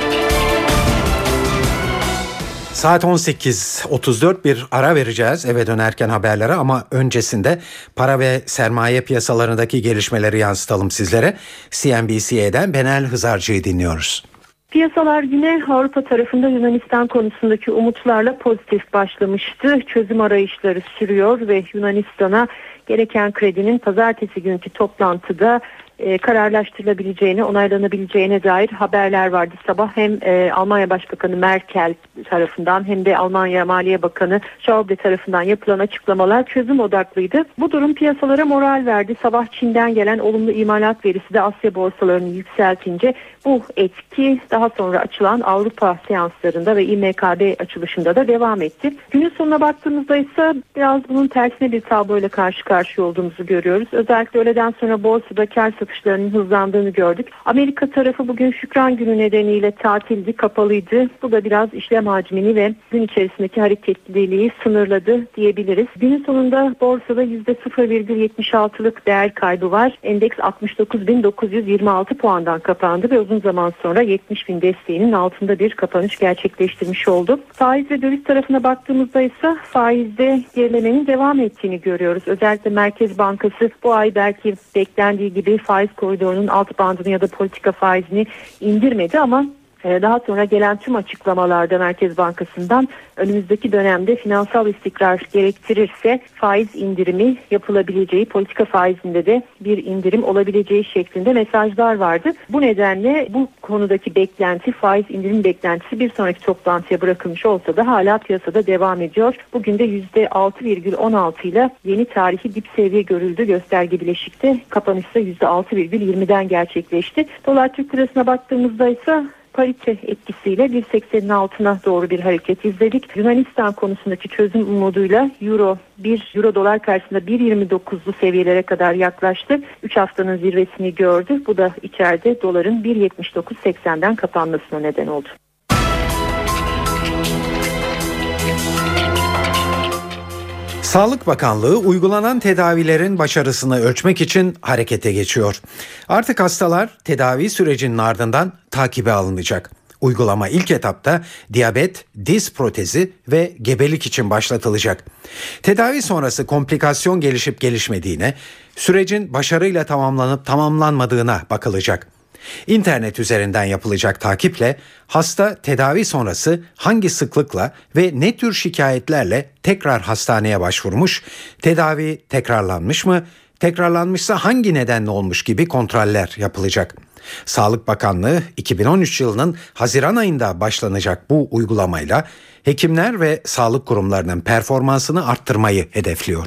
Saat 18.34 bir ara vereceğiz eve dönerken haberlere ama öncesinde para ve sermaye piyasalarındaki gelişmeleri yansıtalım sizlere. CNBC'den Benel Hızarcı'yı dinliyoruz. Piyasalar Güney Avrupa tarafında Yunanistan konusundaki umutlarla pozitif başlamıştı. Çözüm arayışları sürüyor ve Yunanistan'a gereken kredinin pazartesi günkü toplantıda kararlaştırılabileceğine, onaylanabileceğine dair haberler vardı sabah. Hem Almanya Başbakanı Merkel tarafından hem de Almanya Maliye Bakanı Schäuble tarafından yapılan açıklamalar çözüm odaklıydı. Bu durum piyasalara moral verdi. Sabah Çin'den gelen olumlu imalat verisi de Asya borsalarını yükseltince bu etki daha sonra açılan Avrupa seanslarında ve İMKB açılışında da devam etti. Günün sonuna baktığımızda ise biraz bunun tersine bir tabloyla karşı karşıya olduğumuzu görüyoruz. Özellikle öğleden sonra borsada kar satışlarının hızlandığını gördük. Amerika tarafı bugün Şükran Günü nedeniyle tatildi, kapalıydı. Bu da biraz işlem hacmini ve gün içerisindeki hareketliliği sınırladı diyebiliriz. Günün sonunda borsada %0,76'lık değer kaybı var. Endeks 69.926 puandan kapandı ve uzun zaman sonra 70.000 desteğinin altında bir kapanış gerçekleştirmiş oldu. Faiz ve döviz tarafına baktığımızda ise faizde gerilemenin devam ettiğini görüyoruz. Özellikle Merkez Bankası bu ay belki beklendiği gibi faiz koridorunun alt bandını ya da politika faizini indirmedi ama daha sonra gelen tüm açıklamalarda Merkez Bankası'ndan önümüzdeki dönemde finansal istikrar gerektirirse faiz indirimi yapılabileceği, politika faizinde de bir indirim olabileceği şeklinde mesajlar vardı. Bu nedenle bu konudaki beklenti, faiz indirim beklentisi bir sonraki toplantıya bırakılmış olsa da hala piyasada devam ediyor. Bugün de %6,16 ile yeni tarihi dip seviye görüldü. Gösterge bileşikte kapanışta %6,20'den gerçekleşti. Dolar Türk lirasına baktığımızda ise parite etkisiyle 1.80'in altına doğru bir hareket izledik. Yunanistan konusundaki çözüm umuduyla Euro dolar karşısında 1.29'lu seviyelere kadar yaklaştı. 3 haftanın zirvesini gördü. Bu da içeride doların 1.79.80'den kapanmasına neden oldu. Sağlık Bakanlığı uygulanan tedavilerin başarısını ölçmek için harekete geçiyor. Artık hastalar tedavi sürecinin ardından takibe alınacak. Uygulama ilk etapta diyabet, diz protezi ve gebelik için başlatılacak. Tedavi sonrası komplikasyon gelişip gelişmediğine, sürecin başarıyla tamamlanıp tamamlanmadığına bakılacak. İnternet üzerinden yapılacak takiple hasta tedavi sonrası hangi sıklıkla ve ne tür şikayetlerle tekrar hastaneye başvurmuş, tedavi tekrarlanmış mı, tekrarlanmışsa hangi nedenle olmuş gibi kontroller yapılacak. Sağlık Bakanlığı 2013 yılının Haziran ayında başlanacak bu uygulamayla hekimler ve sağlık kurumlarının performansını arttırmayı hedefliyor.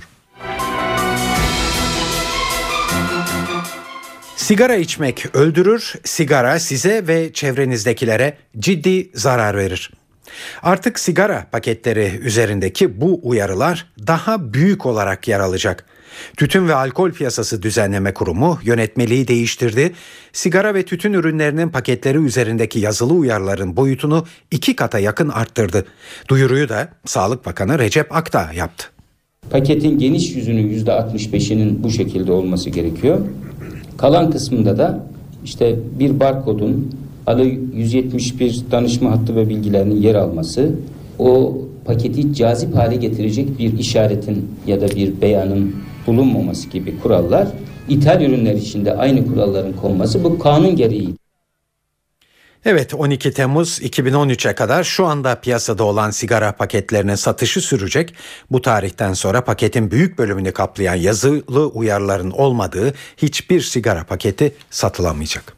Sigara içmek öldürür, sigara size ve çevrenizdekilere ciddi zarar verir. Artık sigara paketleri üzerindeki bu uyarılar daha büyük olarak yer alacak. Tütün ve Alkol Piyasası Düzenleme Kurumu yönetmeliği değiştirdi. Sigara ve tütün ürünlerinin paketleri üzerindeki yazılı uyarıların boyutunu 2 kata yakın arttırdı. Duyuruyu da Sağlık Bakanı Recep Akdağ yaptı. Paketin geniş yüzünün %65'inin bu şekilde olması gerekiyor. Kalan kısmında da işte bir barkodun adı 171 danışma hattı ve bilgilerinin yer alması, o paketi cazip hale getirecek bir işaretin ya da bir beyanın bulunmaması gibi kurallar, ithal ürünler için de aynı kuralların konması bu kanun gereği. Evet, 12 Temmuz 2013'e kadar şu anda piyasada olan sigara paketlerinin satışı sürecek. Bu tarihten sonra paketin büyük bölümünü kaplayan yazılı uyarıların olmadığı hiçbir sigara paketi satılamayacak.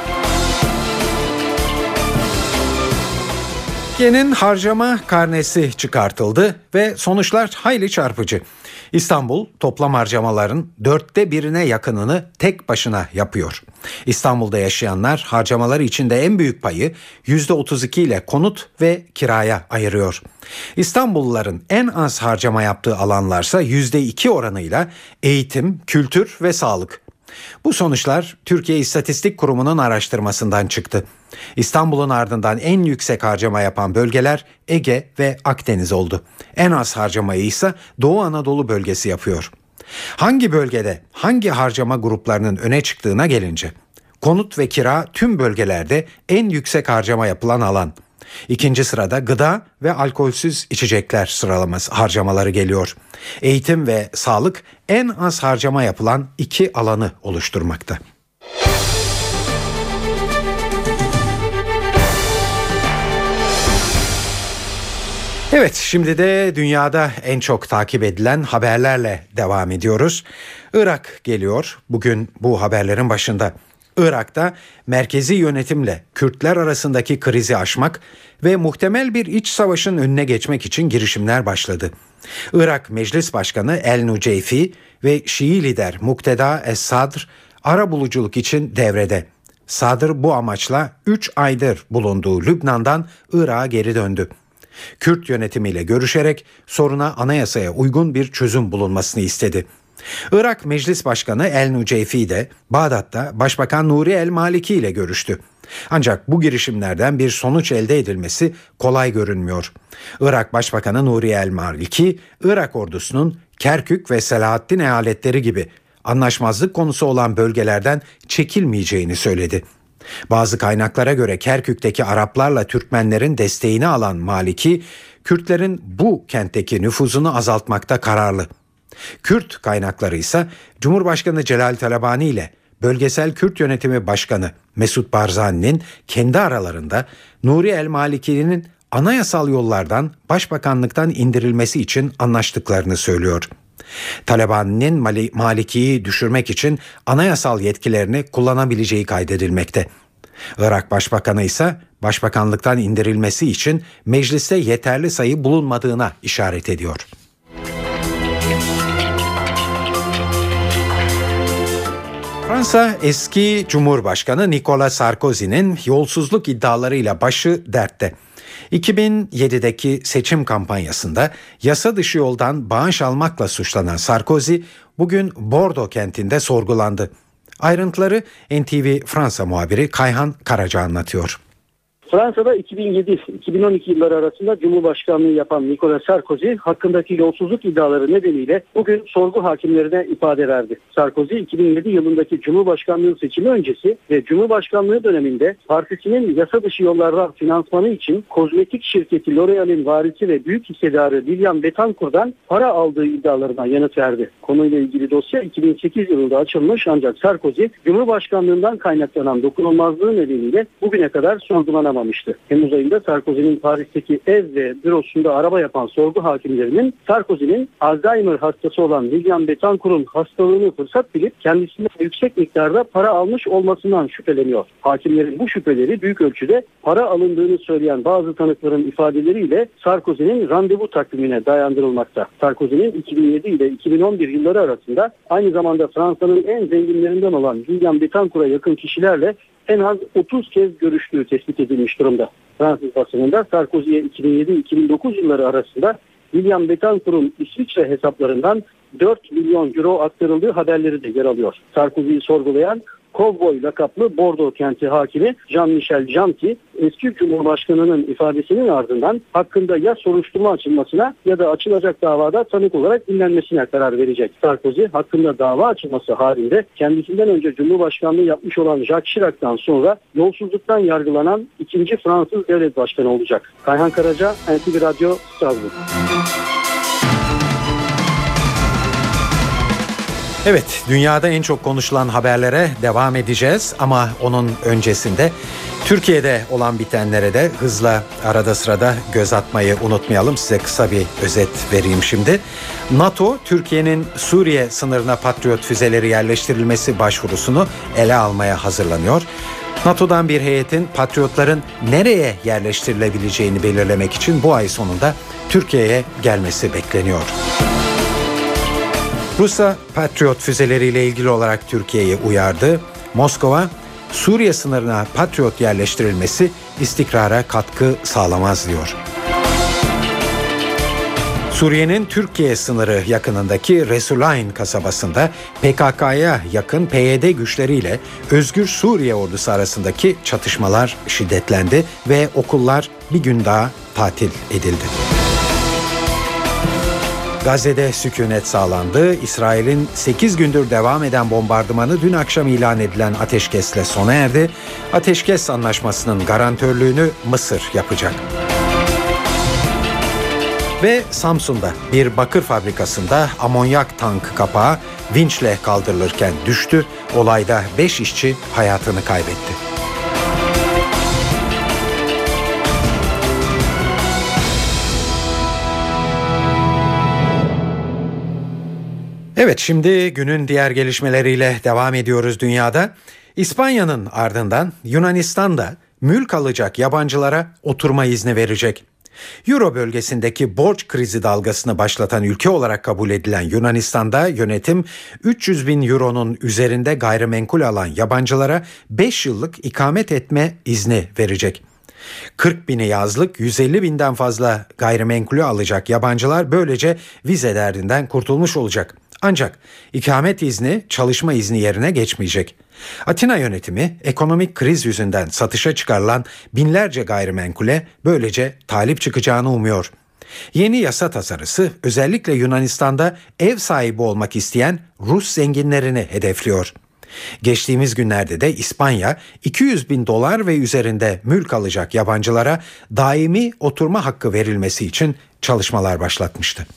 Türkiye'nin harcama karnesi çıkartıldı ve sonuçlar hayli çarpıcı. İstanbul toplam harcamaların 1/4'ine yakınını tek başına yapıyor. İstanbul'da yaşayanlar harcamaları içinde en büyük payı %32 ile konut ve kiraya ayırıyor. İstanbulluların en az harcama yaptığı alanlarsa %2 oranıyla eğitim, kültür ve sağlık. Bu sonuçlar Türkiye İstatistik Kurumu'nun araştırmasından çıktı. İstanbul'un ardından en yüksek harcama yapan bölgeler Ege ve Akdeniz oldu. En az harcamayı ise Doğu Anadolu bölgesi yapıyor. Hangi bölgede hangi harcama gruplarının öne çıktığına gelince, konut ve kira tüm bölgelerde en yüksek harcama yapılan alan. İkinci sırada gıda ve alkolsüz içecekler sıralaması harcamaları geliyor. Eğitim ve sağlık en az harcama yapılan 2 alanı oluşturmakta. Evet, şimdi de dünyada en çok takip edilen haberlerle devam ediyoruz. Irak geliyor bugün bu haberlerin başında. Irak'ta merkezi yönetimle Kürtler arasındaki krizi aşmak ve muhtemel bir iç savaşın önüne geçmek için girişimler başladı. Irak Meclis Başkanı El Nuceyfi ve Şii lider Mukteda Es-Sadr arabuluculuk için devrede. Sadr bu amaçla 3 aydır bulunduğu Lübnan'dan Irak'a geri döndü. Kürt yönetimiyle görüşerek soruna anayasaya uygun bir çözüm bulunmasını istedi. Irak Meclis Başkanı El Nuceyfi de Bağdat'ta Başbakan Nuri El Maliki ile görüştü. Ancak bu girişimlerden bir sonuç elde edilmesi kolay görünmüyor. Irak Başbakanı Nuri El Maliki, Irak ordusunun Kerkük ve Selahaddin eyaletleri gibi anlaşmazlık konusu olan bölgelerden çekilmeyeceğini söyledi. Bazı kaynaklara göre Kerkük'teki Araplarla Türkmenlerin desteğini alan Maliki, Kürtlerin bu kentteki nüfuzunu azaltmakta kararlı. Kürt kaynakları ise Cumhurbaşkanı Celal Talabani ile Bölgesel Kürt Yönetimi Başkanı Mesut Barzani'nin kendi aralarında Nuri El Maliki'nin anayasal yollardan başbakanlıktan indirilmesi için anlaştıklarını söylüyor. Talabani'nin Maliki'yi düşürmek için anayasal yetkilerini kullanabileceği kaydedilmekte. Irak Başbakanı ise başbakanlıktan indirilmesi için mecliste yeterli sayı bulunmadığına işaret ediyor. Fransa eski Cumhurbaşkanı Nicolas Sarkozy'nin yolsuzluk iddialarıyla başı dertte. 2007'deki seçim kampanyasında yasa dışı yoldan bağış almakla suçlanan Sarkozy bugün Bordeaux kentinde sorgulandı. Ayrıntıları NTV Fransa muhabiri Kayhan Karaca anlatıyor. Fransa'da 2007-2012 yılları arasında Cumhurbaşkanlığı yapan Nicolas Sarkozy hakkındaki yolsuzluk iddiaları nedeniyle bugün sorgu hakimlerine ifade verdi. Sarkozy 2007 yılındaki Cumhurbaşkanlığı seçimi öncesi ve Cumhurbaşkanlığı döneminde partisinin yasa dışı yollardan finansmanı için kozmetik şirketi L'Oréal'in varisi ve büyük hissedarı Lilian Bettencourt'dan para aldığı iddialarına yanıt verdi. Konuyla ilgili dosya 2008 yılında açılmış ancak Sarkozy Cumhurbaşkanlığından kaynaklanan dokunulmazlığı nedeniyle bugüne kadar sorgulanamamıştı. Temmuz ayında Sarkozy'nin Paris'teki ev ve bürosunda araba yapan sorgu hakimlerinin Sarkozy'nin Alzheimer hastası olan Lilian Bettencourt'un hastalığını fırsat bilip kendisinden yüksek miktarda para almış olmasından şüpheleniyor. Hakimlerin bu şüpheleri büyük ölçüde para alındığını söyleyen bazı tanıkların ifadeleriyle Sarkozy'nin randevu takvimine dayandırılmakta. Sarkozy'nin 2007 ile 2011 yılları arasında aynı zamanda Fransa'nın en zenginlerinden olan Lilian Bettencourt'a yakın kişilerle en az 30 kez görüştüğü tespit edilmiş durumda. Fransız basınında Sarkozy'ye 2007-2009 yılları arasında Lilian Bettencourt'un İsviçre hesaplarından 4 milyon euro aktarıldığı haberleri de yer alıyor. Sarkozy'yi sorgulayan Kovboy lakaplı Bordeaux kenti hakimi Jean-Michel Janty, eski Cumhurbaşkanı'nın ifadesinin ardından hakkında ya soruşturma açılmasına ya da açılacak davada tanık olarak dinlenmesine karar verecek. Sarkozy hakkında dava açılması halinde kendisinden önce Cumhurbaşkanlığı yapmış olan Jacques Chirac'tan sonra yolsuzluktan yargılanan ikinci Fransız devlet başkanı olacak. Kayhan Karaca, NTV Radyo, Strasbourg. Evet, dünyada en çok konuşulan haberlere devam edeceğiz ama onun öncesinde Türkiye'de olan bitenlere de hızla arada sırada göz atmayı unutmayalım. Size kısa bir özet vereyim şimdi. NATO, Türkiye'nin Suriye sınırına Patriot füzeleri yerleştirilmesi başvurusunu ele almaya hazırlanıyor. NATO'dan bir heyetin Patriotların nereye yerleştirilebileceğini belirlemek için bu ay sonunda Türkiye'ye gelmesi bekleniyor. Rusya Patriot füzeleriyle ilgili olarak Türkiye'yi uyardı. Moskova, Suriye sınırına Patriot yerleştirilmesi istikrara katkı sağlamaz diyor. Suriye'nin Türkiye sınırı yakınındaki Resulayn kasabasında PKK'ya yakın PYD güçleriyle Özgür Suriye ordusu arasındaki çatışmalar şiddetlendi ve okullar bir gün daha tatil edildi. Gazze'de sükunet sağlandı. İsrail'in 8 gündür devam eden bombardımanı dün akşam ilan edilen ateşkesle sona erdi. Ateşkes anlaşmasının garantörlüğünü Mısır yapacak. Ve Samsun'da bir bakır fabrikasında amonyak tank kapağı vinçle kaldırılırken düştü. Olayda 5 işçi hayatını kaybetti. Evet, şimdi günün diğer gelişmeleriyle devam ediyoruz dünyada. İspanya'nın ardından Yunanistan'da mülk alacak yabancılara oturma izni verecek. Euro bölgesindeki borç krizi dalgasını başlatan ülke olarak kabul edilen Yunanistan'da yönetim 300 bin euronun üzerinde gayrimenkul alan yabancılara 5 yıllık ikamet etme izni verecek. 40 bini yazlık, 150 binden fazla gayrimenkulü alacak yabancılar böylece vize derdinden kurtulmuş olacak. Ancak ikamet izni çalışma izni yerine geçmeyecek. Atina yönetimi ekonomik kriz yüzünden satışa çıkarılan binlerce gayrimenkule böylece talip çıkacağını umuyor. Yeni yasa tasarısı özellikle Yunanistan'da ev sahibi olmak isteyen Rus zenginlerini hedefliyor. Geçtiğimiz günlerde de İspanya 200 bin dolar ve üzerinde mülk alacak yabancılara daimi oturma hakkı verilmesi için çalışmalar başlatmıştı.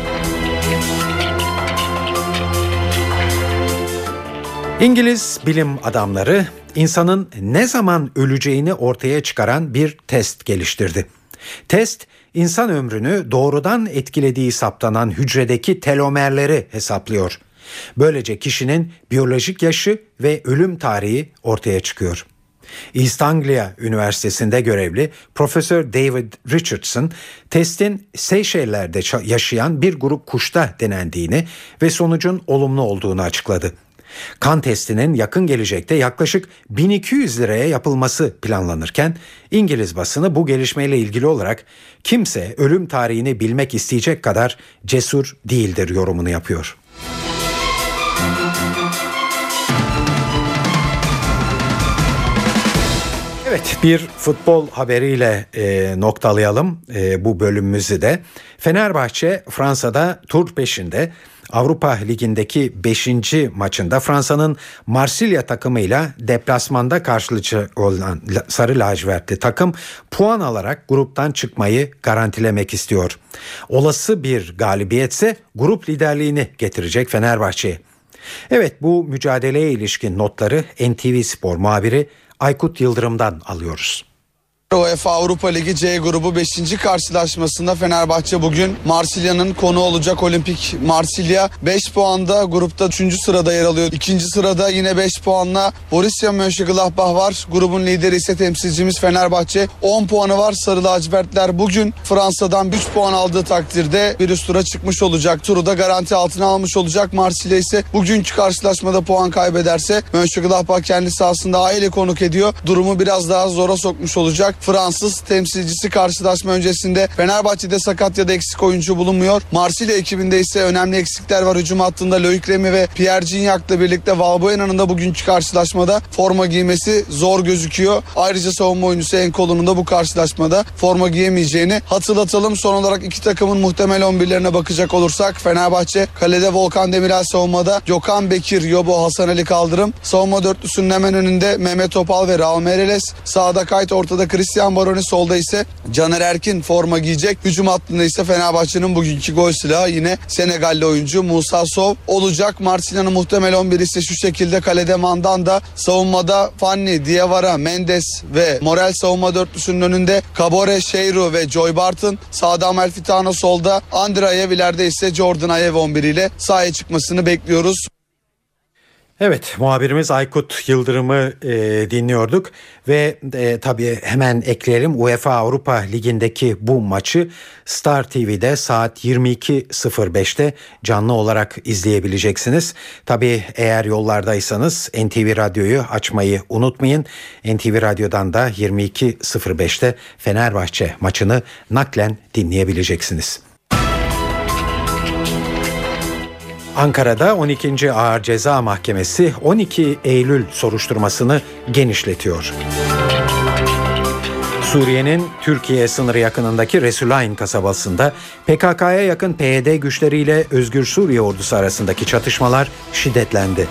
İngiliz bilim adamları insanın ne zaman öleceğini ortaya çıkaran bir test geliştirdi. Test, insan ömrünü doğrudan etkilediği saptanan hücredeki telomerleri hesaplıyor. Böylece kişinin biyolojik yaşı ve ölüm tarihi ortaya çıkıyor. East Anglia Üniversitesi'nde görevli Profesör David Richardson, testin Seyşeller'de yaşayan bir grup kuşta denendiğini ve sonucun olumlu olduğunu açıkladı. Kan testinin yakın gelecekte yaklaşık 1200 liraya yapılması planlanırken İngiliz basını bu gelişmeyle ilgili olarak kimse ölüm tarihini bilmek isteyecek kadar cesur değildir yorumunu yapıyor. Evet, bir futbol haberiyle noktalayalım bu bölümümüzü de. Fenerbahçe Fransa'da tur peşinde. Avrupa Ligi'ndeki 5. maçında Fransa'nın Marsilya takımıyla deplasmanda karşılaşacak olan sarı lacivertli takım puan alarak gruptan çıkmayı garantilemek istiyor. Olası bir galibiyetse grup liderliğini getirecek Fenerbahçe'ye. Evet, bu mücadeleye ilişkin notları NTV Spor muhabiri Aykut Yıldırım'dan alıyoruz. UEFA Avrupa Ligi C grubu 5. karşılaşmasında Fenerbahçe bugün Marsilya'nın konu olacak. Olimpik Marsilya 5 puanda grupta 3. sırada yer alıyor. 2. sırada yine 5 puanla Borussia Mönchengladbach var. Grubun lideri ise temsilcimiz Fenerbahçe. 10 puanı var. Sarı lacivertler bugün Fransa'dan 3 puan aldığı takdirde bir üst tura çıkmış olacak. Turu da garanti altına almış olacak. Marsilya ise bugünkü karşılaşmada puan kaybederse Mönchengladbach kendi sahasında aile konuk ediyor. Durumu biraz daha zora sokmuş olacak. Fransız temsilcisi karşılaşma öncesinde Fenerbahçe'de sakat ya da eksik oyuncu bulunmuyor. Marsilya ekibinde ise önemli eksikler var. Hücum hattında Loic Remy ve Pierre Gignac'la birlikte Valbuena'nın da bugünkü karşılaşmada forma giymesi zor gözüküyor. Ayrıca savunma oyuncusu Enkol'un da bu karşılaşmada forma giyemeyeceğini hatırlatalım. Son olarak iki takımın muhtemel 11'lerine bakacak olursak Fenerbahçe kalede Volkan Demirel, savunmada Gökhan Bekir, Yobo, Hasan Ali Kaldırım. Savunma dörtlüsünün hemen önünde Mehmet Topal ve Raul Meireles. Sağda Kayt, ortada Christian Baroni, solda ise Caner Erkin forma giyecek. Hücum hattında ise Fenerbahçe'nin bugünkü gol silahı yine Senegalli oyuncu Musa Sow olacak. Marsilya'nın muhtemel 11 ise şu şekilde: kalede Mandanda, savunmada Fanny, Diawara, Mendes ve Morel, savunma dörtlüsünün önünde Kabore, Şeyru ve Joy Barton. Sağda Amalfitano, solda Andreyev, ileride ise Jordan Ayew 11 ile sahaya çıkmasını bekliyoruz. Evet, muhabirimiz Aykut Yıldırım'ı dinliyorduk ve tabii hemen ekleyelim, UEFA Avrupa Ligi'ndeki bu maçı Star TV'de saat 22.05'te canlı olarak izleyebileceksiniz. Tabii eğer yollardaysanız NTV Radyo'yu açmayı unutmayın. NTV Radyo'dan da 22.05'te Fenerbahçe maçını naklen dinleyebileceksiniz. Ankara'da 12. Ağır Ceza Mahkemesi 12 Eylül soruşturmasını genişletiyor. Suriye'nin Türkiye sınırı yakınındaki Resulayn kasabasında PKK'ya yakın PYD güçleriyle Özgür Suriye ordusu arasındaki çatışmalar şiddetlendi.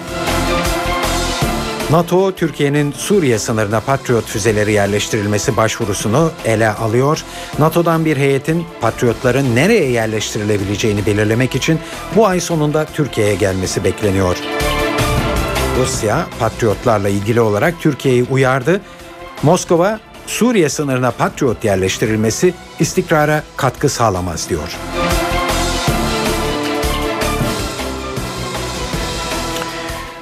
NATO, Türkiye'nin Suriye sınırına Patriot füzeleri yerleştirilmesi başvurusunu ele alıyor. NATO'dan bir heyetin Patriotların nereye yerleştirilebileceğini belirlemek için bu ay sonunda Türkiye'ye gelmesi bekleniyor. Rusya, Patriotlarla ilgili olarak Türkiye'yi uyardı. Moskova, Suriye sınırına Patriot yerleştirilmesi istikrara katkı sağlamaz diyor.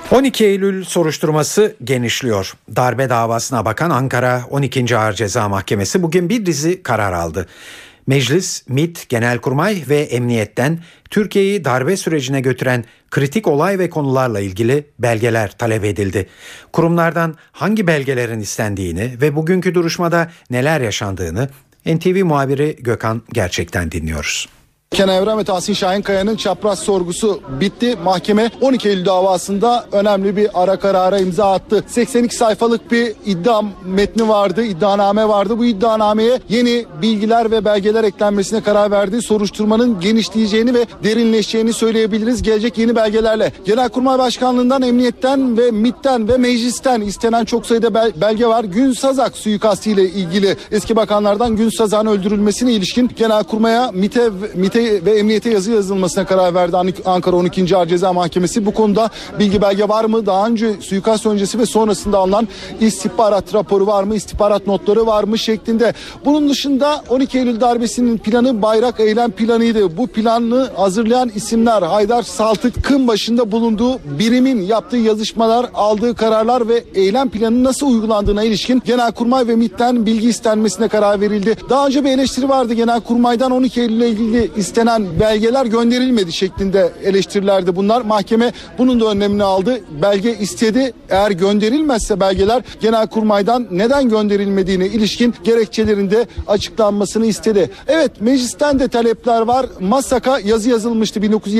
12 Eylül soruşturması genişliyor. Darbe davasına bakan Ankara 12. Ağır Ceza Mahkemesi bugün bir dizi karar aldı. Meclis, MİT, Genelkurmay ve Emniyet'ten Türkiye'yi darbe sürecine götüren kritik olay ve konularla ilgili belgeler talep edildi. Kurumlardan hangi belgelerin istendiğini ve bugünkü duruşmada neler yaşandığını NTV muhabiri Gökhan Gerçek'ten dinliyoruz. Kenan Evren ve Tahsin Şahinkaya'nın çapraz sorgusu bitti. Mahkeme 12 Eylül davasında önemli bir ara karara imza attı. 82 sayfalık bir iddia metni vardı, iddianame vardı. Bu iddianameye yeni bilgiler ve belgeler eklenmesine karar verdi. Soruşturmanın genişleyeceğini ve derinleşeceğini söyleyebiliriz gelecek yeni belgelerle. Genelkurmay Başkanlığı'ndan, Emniyet'ten ve MİT'ten ve Meclis'ten istenen çok sayıda belge var. Gün Sazak suikastı ile ilgili eski bakanlardan Gün Sazak'ın öldürülmesine ilişkin Genelkurmay'a, MİT'e ve Emniyet'e yazı yazılmasına karar verdi Ankara 12. Ağır Ceza Mahkemesi. Bu konuda bilgi belge var mı? Daha önce suikast öncesi ve sonrasında alınan istihbarat raporu var mı? İstihbarat notları var mı? Şeklinde. Bunun dışında 12 Eylül darbesinin planı bayrak eylem planıydı. Bu planı hazırlayan isimler Haydar Saltık'ın başında bulunduğu birimin yaptığı yazışmalar, aldığı kararlar ve eylem planının nasıl uygulandığına ilişkin Genelkurmay ve MİT'ten bilgi istenmesine karar verildi. Daha önce bir eleştiri vardı Genelkurmay'dan 12 Eylül ile ilgili istenen belgeler gönderilmedi şeklinde eleştirilerdi bunlar. Mahkeme bunun da önlemini aldı. Belge istedi. Eğer gönderilmezse belgeler Genelkurmay'dan neden gönderilmediğine ilişkin gerekçelerinde açıklanmasını istedi. Evet, meclisten de talepler var. MASAK'a yazı yazılmıştı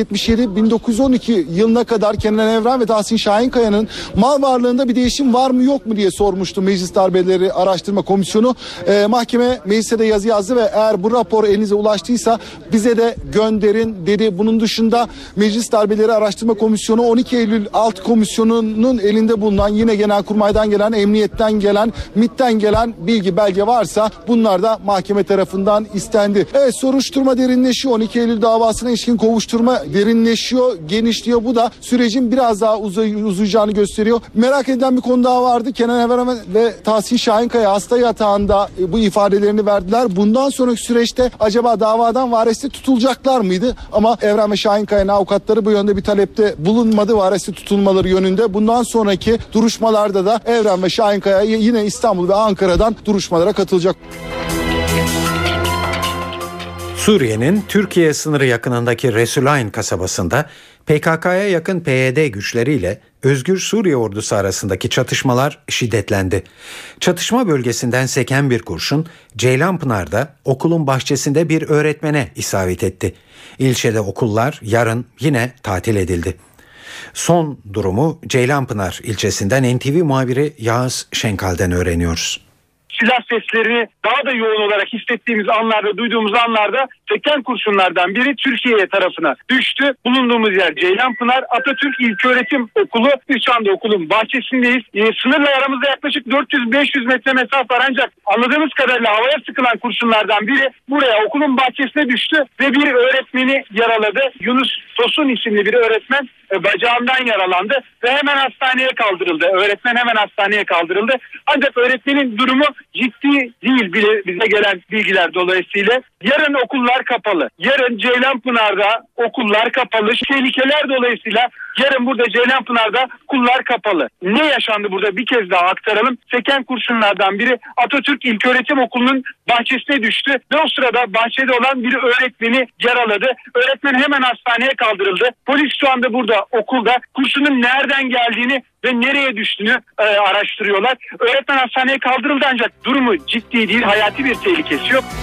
1977-1912 yılına kadar Kenan Evren ve Tahsin Şahinkaya'nın mal varlığında bir değişim var mı yok mu diye sormuştu Meclis Darbeleri Araştırma Komisyonu. Mahkeme meclise de yazı yazdı ve eğer bu rapor elinize ulaştıysa bize de gönderin dedi. Bunun dışında Meclis Darbeleri Araştırma Komisyonu 12 Eylül Alt Komisyonu'nun elinde bulunan yine Genelkurmay'dan gelen, Emniyet'ten gelen, MİT'ten gelen bilgi belge varsa bunlar da mahkeme tarafından istendi. Evet, soruşturma derinleşiyor. 12 Eylül davasına ilişkin kovuşturma derinleşiyor, genişliyor. Bu da sürecin biraz daha uzayacağını gösteriyor. Merak edilen bir konu daha vardı. Kenan Evren ve Tahsin Şahinkaya hasta yatağında bu ifadelerini verdiler. Bundan sonraki süreçte acaba davadan vareste tutulacaklar mıydı? Ama Evren ve Şahinkaya'nın avukatları bu yönde bir talepte bulunmadı vareste tutulmaları yönünde. Bundan sonraki duruşmalarda da Evren ve Şahinkaya yine İstanbul ve Ankara'dan duruşmalara katılacak. Suriye'nin Türkiye sınırı yakınındaki Resulayn kasabasında PKK'ya yakın PYD güçleriyle Özgür Suriye ordusu arasındaki çatışmalar şiddetlendi. Çatışma bölgesinden seken bir kurşun Ceylanpınar'da okulun bahçesinde bir öğretmene isabet etti. İlçede okullar yarın yine tatil edildi. Son durumu Ceylanpınar ilçesinden NTV muhabiri Yağız Şenkal'den öğreniyoruz. Silah seslerini daha da yoğun olarak hissettiğimiz anlarda, duyduğumuz anlarda seken kurşunlardan biri Türkiye tarafına düştü. Bulunduğumuz yer Ceylanpınar Atatürk İlköğretim Okulu. Biz şu anda okulun bahçesindeyiz. Sınırla aramızda yaklaşık 400-500 metre mesafe var, ancak anladığımız kadarıyla havaya sıkılan kurşunlardan biri buraya okulun bahçesine düştü ve bir öğretmeni yaraladı. Yunus Tosun isimli bir öğretmen bacağından yaralandı ve hemen hastaneye kaldırıldı. Öğretmen hemen hastaneye kaldırıldı. Ancak öğretmenin durumu ciddi değil bize gelen bilgiler dolayısıyla. Yarın okullar kapalı. Yarın Ceylanpınar'da okullar kapalı. Tehlikeler dolayısıyla yarın burada Ceylanpınar'da okullar kapalı. Ne yaşandı burada bir kez daha aktaralım. Seken kurşunlardan biri Atatürk İlköğretim Okulu'nun bahçesine düştü ve o sırada bahçede olan bir öğretmeni yaraladı. Öğretmen hemen hastaneye kaldırıldı. Polis şu anda burada okulda kurşunun nereden geldiğini ve nereye düştüğünü araştırıyorlar. Öğretmen hastaneye kaldırıldı ancak durumu ciddi değil, hayati bir tehlikesi yok.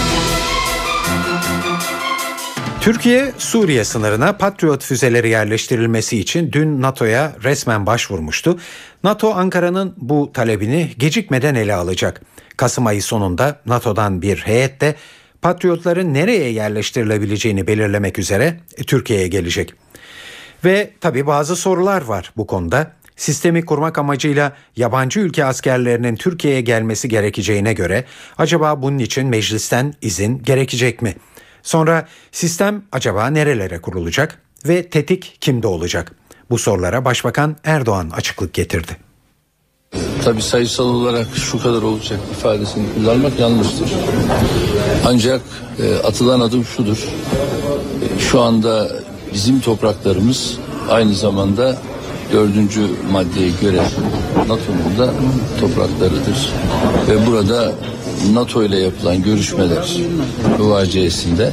Türkiye, Suriye sınırına Patriot füzeleri yerleştirilmesi için dün NATO'ya resmen başvurmuştu. NATO, Ankara'nın bu talebini gecikmeden ele alacak. Kasım ayı sonunda NATO'dan bir heyet de Patriotların nereye yerleştirilebileceğini belirlemek üzere Türkiye'ye gelecek. Ve tabii bazı sorular var bu konuda. Sistemi kurmak amacıyla yabancı ülke askerlerinin Türkiye'ye gelmesi gerekeceğine göre acaba bunun için meclisten izin gerekecek mi? Sonra sistem acaba nerelere kurulacak ve tetik kimde olacak? Bu sorulara Başbakan Erdoğan açıklık getirdi. Tabii sayısal olarak şu kadar olacak ifadesini kullanmak yanlıştır. Ancak atılan adım şudur. Şu anda bizim topraklarımız aynı zamanda 4. maddeye göre NATO'nun da topraklarıdır. Ve burada NATO ile yapılan görüşmeler müvaceesinde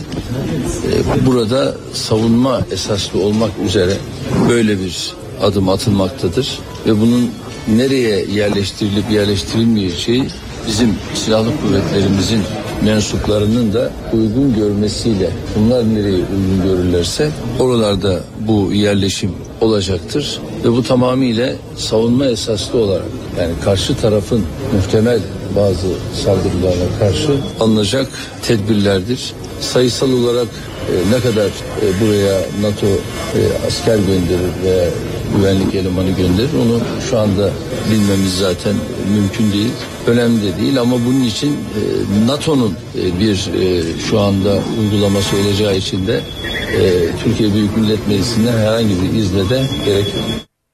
burada savunma esaslı olmak üzere böyle bir adım atılmaktadır. Ve bunun nereye yerleştirilip yerleştirilmeyeceği bizim silahlı kuvvetlerimizin mensuplarının da uygun görmesiyle, bunlar nereye uygun görürlerse oralarda bu yerleşim olacaktır. Ve bu tamamıyla savunma esaslı olarak, yani karşı tarafın muhtemel bazı saldırılarına karşı alınacak tedbirlerdir. Sayısal olarak ne kadar buraya NATO asker gönderir ve güvenlik elemanı gönderir, onu şu anda bilmemiz zaten mümkün değil. Önemli de değil ama bunun için NATO'nun bir şu anda uygulaması olacağı için de Türkiye Büyük Millet Meclisi'nden herhangi bir izne de gerek yok.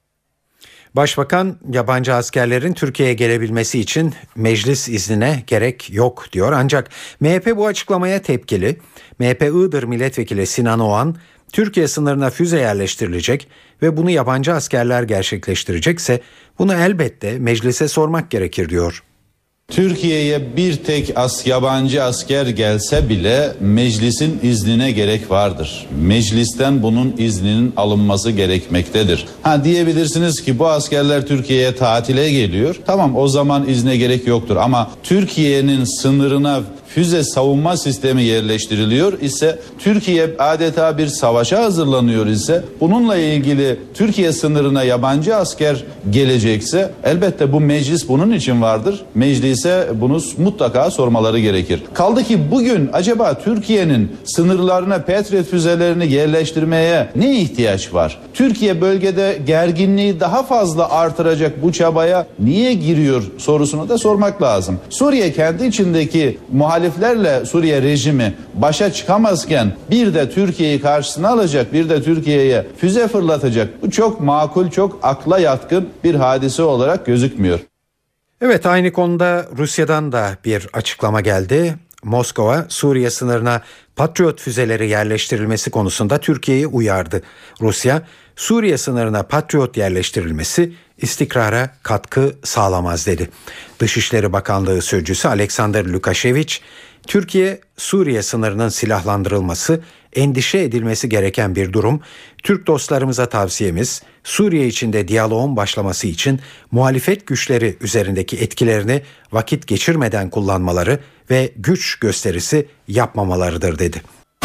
Başbakan yabancı askerlerin Türkiye'ye gelebilmesi için meclis iznine gerek yok diyor. Ancak MHP bu açıklamaya tepkili. MHP Iğdır Milletvekili Sinan Oğan, Türkiye sınırına füze yerleştirilecek ve bunu yabancı askerler gerçekleştirecekse bunu elbette meclise sormak gerekir diyor. Türkiye'ye bir tek yabancı asker gelse bile meclisin iznine gerek vardır. Meclisten bunun izninin alınması gerekmektedir. Diyebilirsiniz ki bu askerler Türkiye'ye tatile geliyor. Tamam, o zaman izne gerek yoktur ama Türkiye'nin sınırına füze savunma sistemi yerleştiriliyor ise, Türkiye adeta bir savaşa hazırlanıyor ise, bununla ilgili Türkiye sınırına yabancı asker gelecekse elbette bu meclis bunun için vardır. Meclise bunu mutlaka sormaları gerekir. Kaldı ki bugün acaba Türkiye'nin sınırlarına Patriot füzelerini yerleştirmeye ne ihtiyaç var? Türkiye bölgede gerginliği daha fazla artıracak bu çabaya niye giriyor sorusunu da sormak lazım. Suriye kendi içindeki muhaliflerle Suriye rejimi başa çıkamazken bir de Türkiye'yi karşısına alacak, bir de Türkiye'ye füze fırlatacak. Bu çok makul, çok akla yatkın bir hadise olarak gözükmüyor. Evet, aynı konuda Rusya'dan da bir açıklama geldi. Moskova, Suriye sınırına Patriot füzeleri yerleştirilmesi konusunda Türkiye'yi uyardı. Rusya, Suriye sınırına Patriot yerleştirilmesi istikrara katkı sağlamaz dedi. Dışişleri Bakanlığı Sözcüsü Alexander Lukashevich, Türkiye, Suriye sınırının silahlandırılması endişe edilmesi gereken bir durum. Türk dostlarımıza tavsiyemiz, Suriye içinde diyaloğun başlaması için muhalefet güçleri üzerindeki etkilerini vakit geçirmeden kullanmaları ve güç gösterisi yapmamalarıdır dedi.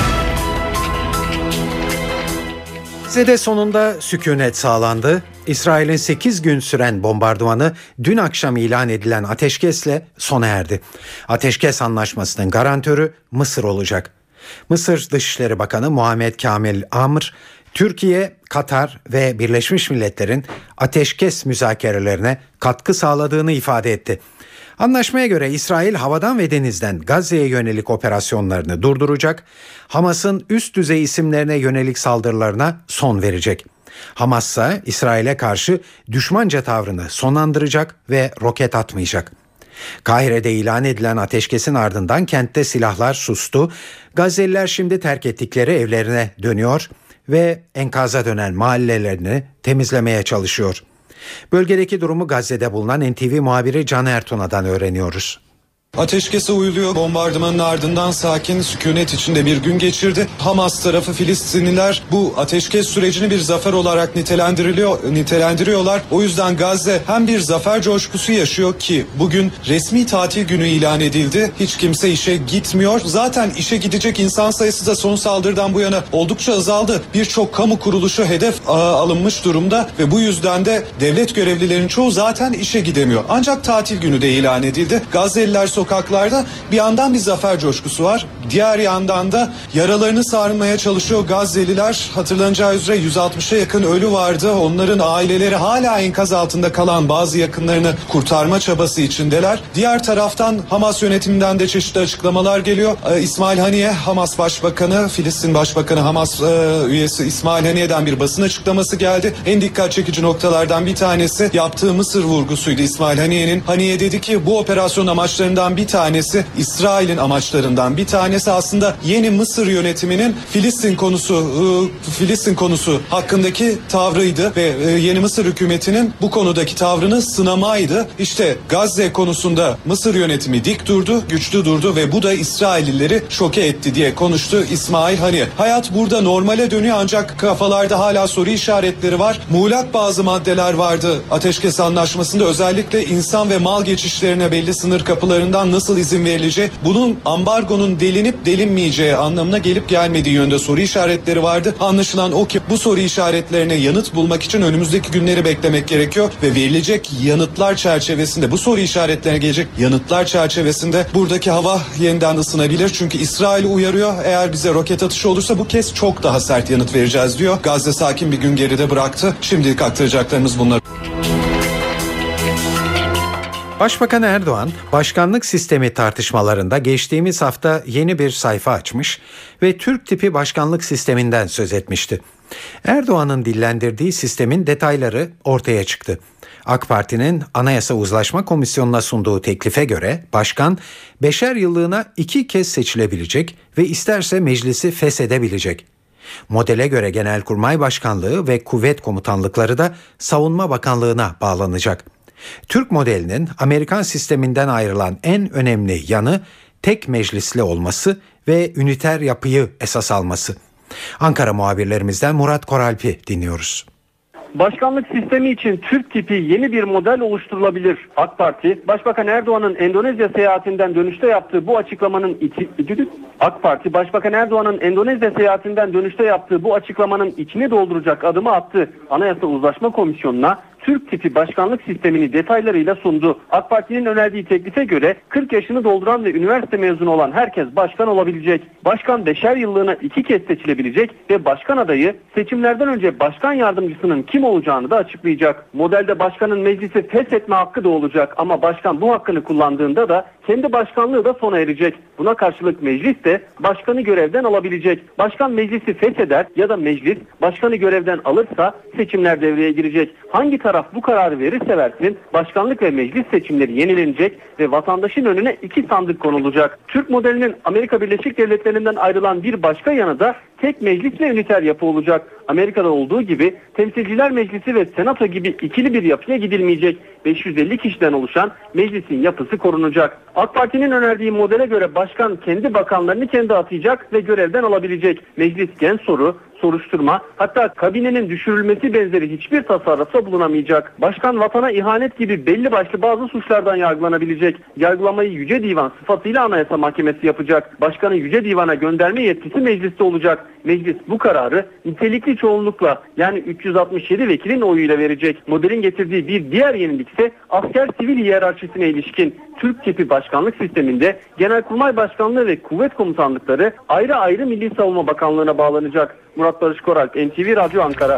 Gazze'de sonunda sükunet sağlandı. İsrail'in 8 gün süren bombardımanı dün akşam ilan edilen ateşkesle sona erdi. Ateşkes anlaşmasının garantörü Mısır olacak. Mısır Dışişleri Bakanı Muhammed Kamil Amr, Türkiye, Katar ve Birleşmiş Milletler'in ateşkes müzakerelerine katkı sağladığını ifade etti. Anlaşmaya göre İsrail havadan ve denizden Gazze'ye yönelik operasyonlarını durduracak, Hamas'ın üst düzey isimlerine yönelik saldırılarına son verecek. Hamas ise İsrail'e karşı düşmanca tavrını sonlandıracak ve roket atmayacak. Kahire'de ilan edilen ateşkesin ardından kentte silahlar sustu. Gazze'liler şimdi terk ettikleri evlerine dönüyor ve enkaza dönen mahallelerini temizlemeye çalışıyor. Bölgedeki durumu Gazze'de bulunan NTV muhabiri Can Ertuna'dan öğreniyoruz. Ateşkese uyuluyor. Bombardımanın ardından sakin, sükunet içinde bir gün geçirdi. Hamas tarafı, Filistinliler bu ateşkes sürecini bir zafer olarak nitelendiriyorlar. O yüzden Gazze hem bir zafer coşkusu yaşıyor ki bugün resmi tatil günü ilan edildi. Hiç kimse işe gitmiyor. Zaten işe gidecek insan sayısı da son saldırıdan bu yana oldukça azaldı. Birçok kamu kuruluşu hedef alınmış durumda ve bu yüzden de devlet görevlilerinin çoğu zaten işe gidemiyor. Ancak tatil günü de ilan edildi. Gazze'liler sokaklarda bir yandan bir zafer coşkusu var. Diğer yandan da yaralarını sarmaya çalışıyor Gazze'liler. Hatırlanacağı üzere 160'a yakın ölü vardı. Onların aileleri hala enkaz altında kalan bazı yakınlarını kurtarma çabası içindeler. Diğer taraftan Hamas yönetiminden de çeşitli açıklamalar geliyor. İsmail Haniye, Hamas Başbakanı, Filistin Başbakanı Hamas üyesi İsmail Haniye'den bir basın açıklaması geldi. En dikkat çekici noktalardan bir tanesi yaptığı Mısır vurgusuydu İsmail Haniye'nin. Haniye dedi ki bu operasyon amaçlarından bir tanesi, İsrail'in amaçlarından bir tanesi tanesi aslında yeni Mısır yönetiminin Filistin konusu hakkındaki tavrıydı ve yeni Mısır hükümetinin bu konudaki tavrını sınamaydı. İşte Gazze konusunda Mısır yönetimi dik durdu, güçlü durdu ve bu da İsraillileri şoke etti diye konuştu İsmail Hani. Hayat burada normale dönüyor ancak kafalarda hala soru işaretleri var. Muğlak bazı maddeler vardı ateşkes anlaşmasında, özellikle insan ve mal geçişlerine belli sınır kapılarından nasıl izin verileceği, bunun ambargonun delinip delinmeyeceği anlamına gelip gelmediği yönde soru işaretleri vardı. Anlaşılan o ki bu soru işaretlerine yanıt bulmak için önümüzdeki günleri beklemek gerekiyor ve verilecek yanıtlar çerçevesinde, bu soru işaretlerine gelecek yanıtlar çerçevesinde buradaki hava yeniden ısınabilir. Çünkü İsrail uyarıyor, eğer bize roket atışı olursa bu kez çok daha sert yanıt vereceğiz diyor. Gazze sakin bir gün geride bıraktı. Şimdilik aktaracaklarımız bunlar. Başbakan Erdoğan, başkanlık sistemi tartışmalarında geçtiğimiz hafta yeni bir sayfa açmış ve Türk tipi başkanlık sisteminden söz etmişti. Erdoğan'ın dillendirdiği sistemin detayları ortaya çıktı. AK Parti'nin Anayasa Uzlaşma Komisyonu'na sunduğu teklife göre başkan 5'er yıllığına 2 kez seçilebilecek ve isterse meclisi feshedebilecek. Modele göre Genelkurmay Başkanlığı ve Kuvvet Komutanlıkları da Savunma Bakanlığı'na bağlanacak. Türk modelinin Amerikan sisteminden ayrılan en önemli yanı tek meclisli olması ve üniter yapıyı esas alması. Ankara muhabirlerimizden Murat Koralp'i dinliyoruz. Başkanlık sistemi için Türk tipi yeni bir model oluşturulabilir. AK Parti, Başbakan Erdoğan'ın Endonezya seyahatinden dönüşte yaptığı bu açıklamanın içini dolduracak adımı attı. Anayasa Uzlaşma Komisyonu'na Türk tipi başkanlık sistemini detaylarıyla sundu. AK Parti'nin önerdiği teklife göre 40 yaşını dolduran ve üniversite mezunu olan herkes başkan olabilecek. Başkan 5'er yıllığına 2 kez seçilebilecek ve başkan adayı seçimlerden önce başkan yardımcısının kim olacağını da açıklayacak. Modelde başkanın meclisi feshetme hakkı da olacak ama başkan bu hakkını kullandığında da kendi başkanlığı da sona erecek. Buna karşılık meclis de başkanı görevden alabilecek. Başkan meclisi fesheder ya da meclis başkanı görevden alırsa seçimler devreye girecek. Hangi taraf bu kararı verirse versin başkanlık ve meclis seçimleri yenilenecek ve vatandaşın önüne 2 sandık konulacak. Türk modelinin Amerika Birleşik Devletleri'nden ayrılan bir başka yanı da tek meclis ve üniter yapı olacak. Amerika'da olduğu gibi Temsilciler Meclisi ve Senato gibi ikili bir yapıya gidilmeyecek. 550 kişiden oluşan meclisin yapısı korunacak. AK Parti'nin önerdiği modele göre başkan kendi bakanlarını kendi atayacak ve görevden alabilecek. Meclis gen soru, soruşturma, hatta kabinenin düşürülmesi benzeri hiçbir tasarrufta bulunamayacak. Başkan vatana ihanet gibi belli başlı bazı suçlardan yargılanabilecek. Yargılamayı Yüce Divan sıfatıyla Anayasa Mahkemesi yapacak. Başkanı Yüce Divan'a gönderme yetkisi mecliste olacak. Meclis bu kararı nitelikli çoğunlukla, yani 367 vekilin oyuyla verecek. Modelin getirdiği bir diğer yenilik ise asker sivil hiyerarşisine ilişkin. Türk tipi başkanlık sisteminde Genelkurmay Başkanlığı ve Kuvvet Komutanlıkları ayrı ayrı Milli Savunma Bakanlığı'na bağlanacak. Murat Barış Koralp, NTV Radyo Ankara.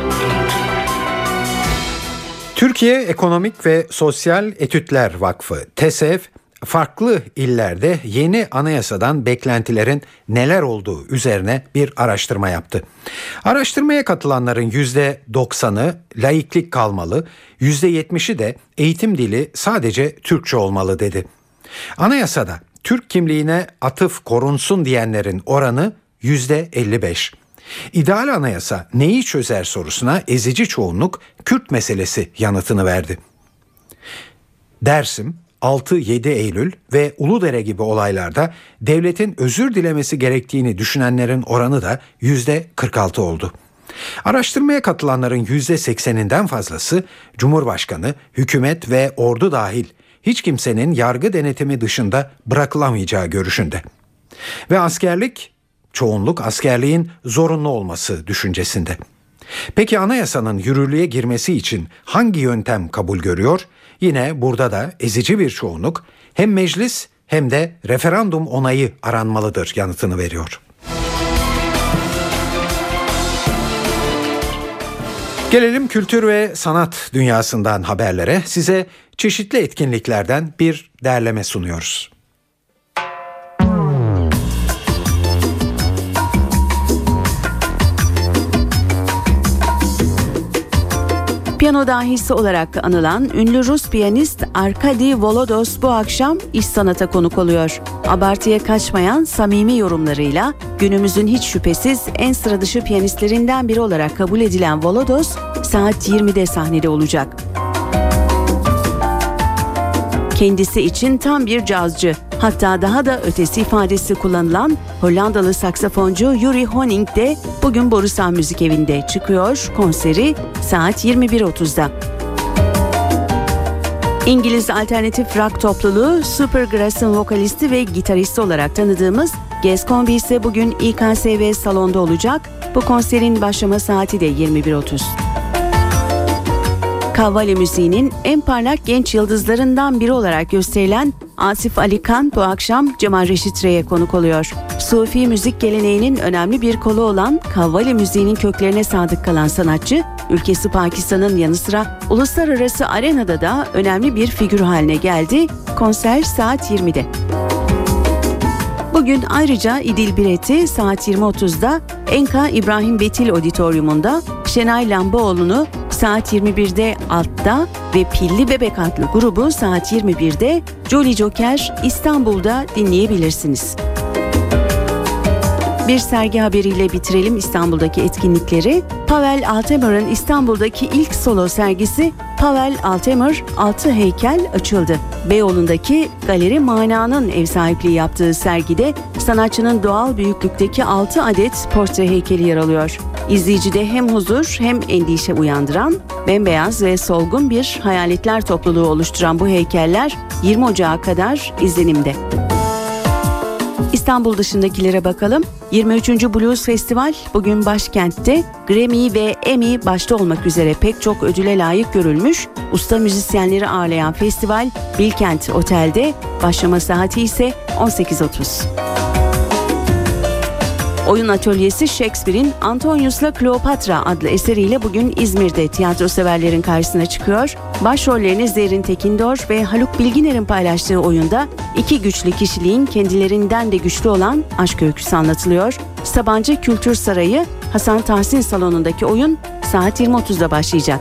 Türkiye Ekonomik ve Sosyal Etütler Vakfı, TESEV, farklı illerde yeni anayasadan beklentilerin neler olduğu üzerine bir araştırma yaptı. Araştırmaya katılanların %90'ı laiklik kalmalı, %70'i de eğitim dili sadece Türkçe olmalı dedi. Anayasada Türk kimliğine atıf korunsun diyenlerin oranı %55. İdeal anayasa neyi çözer sorusuna ezici çoğunluk Kürt meselesi yanıtını verdi. Dersim, 6-7 Eylül ve Uludere gibi olaylarda devletin özür dilemesi gerektiğini düşünenlerin oranı da %46 oldu. Araştırmaya katılanların %80'inden fazlası Cumhurbaşkanı, hükümet ve ordu dahil hiç kimsenin yargı denetimi dışında bırakılamayacağı görüşünde. Ve çoğunluk askerliğin zorunlu olması düşüncesinde. Peki anayasanın yürürlüğe girmesi için hangi yöntem kabul görüyor? Yine burada da ezici bir çoğunluk hem meclis hem de referandum onayı aranmalıdır yanıtını veriyor. Gelelim kültür ve sanat dünyasından haberlere. Size çeşitli etkinliklerden bir derleme sunuyoruz. Piyano dahisi olarak anılan ünlü Rus piyanist Arkady Volodos bu akşam İş Sanat'a konuk oluyor. Abartıya kaçmayan samimi yorumlarıyla günümüzün hiç şüphesiz en sıradışı piyanistlerinden biri olarak kabul edilen Volodos saat 20'de sahnede olacak. Kendisi için tam bir cazcı, hatta daha da ötesi ifadesi kullanılan Hollandalı saksafoncu Yuri Honing de bugün Borusan Müzik Evi'nde çıkıyor. Konseri saat 21.30'da. İngiliz alternatif rock topluluğu Supergrass'ın vokalisti ve gitaristi olarak tanıdığımız Gez Kombi ise bugün İKSV salonda olacak. Bu konserin başlama saati de 21.30. Kavvali müziğinin en parlak genç yıldızlarından biri olarak gösterilen Asif Ali Khan bu akşam Cemal Reşit Rey'e konuk oluyor. Sufi müzik geleneğinin önemli bir kolu olan Kavvali müziğinin köklerine sadık kalan sanatçı, ülkesi Pakistan'ın yanı sıra uluslararası arenada da önemli bir figür haline geldi. Konser saat 20'de. Bugün ayrıca İdil Biret'i saat 20.30'da Enka İbrahim Betil Auditorium'unda, Şenay Lambaoğlu'nu saat 21'de Altta ve Pilli Bebek adlı grubu saat 21'de Jolly Joker İstanbul'da dinleyebilirsiniz. Bir sergi haberiyle bitirelim İstanbul'daki etkinlikleri. Pavel Altemer'ın İstanbul'daki ilk solo sergisi Pavel Altemer 6 heykel açıldı. Beyoğlu'ndaki Galeri Mana'nın ev sahipliği yaptığı sergide sanatçının doğal büyüklükteki 6 adet portre heykeli yer alıyor. İzleyicide hem huzur hem endişe uyandıran, bembeyaz ve solgun bir hayaletler topluluğu oluşturan bu heykeller 20 Ocağı kadar izlenimde. İstanbul dışındakilere bakalım. 23. Blues Festival bugün başkentte Grammy ve Emmy başta olmak üzere pek çok ödüle layık görülmüş usta müzisyenleri ağırlayan festival Bilkent Otel'de, başlama saati ise 18.30. Oyun atölyesi Shakespeare'in Antonius'la Kleopatra adlı eseriyle bugün İzmir'de tiyatro severlerin karşısına çıkıyor. Başrollerini Zerrin Tekindor ve Haluk Bilginer'in paylaştığı oyunda iki güçlü kişiliğin kendilerinden de güçlü olan aşk öyküsü anlatılıyor. Sabancı Kültür Sarayı Hasan Tahsin Salonu'ndaki oyun saat 20.30'da başlayacak.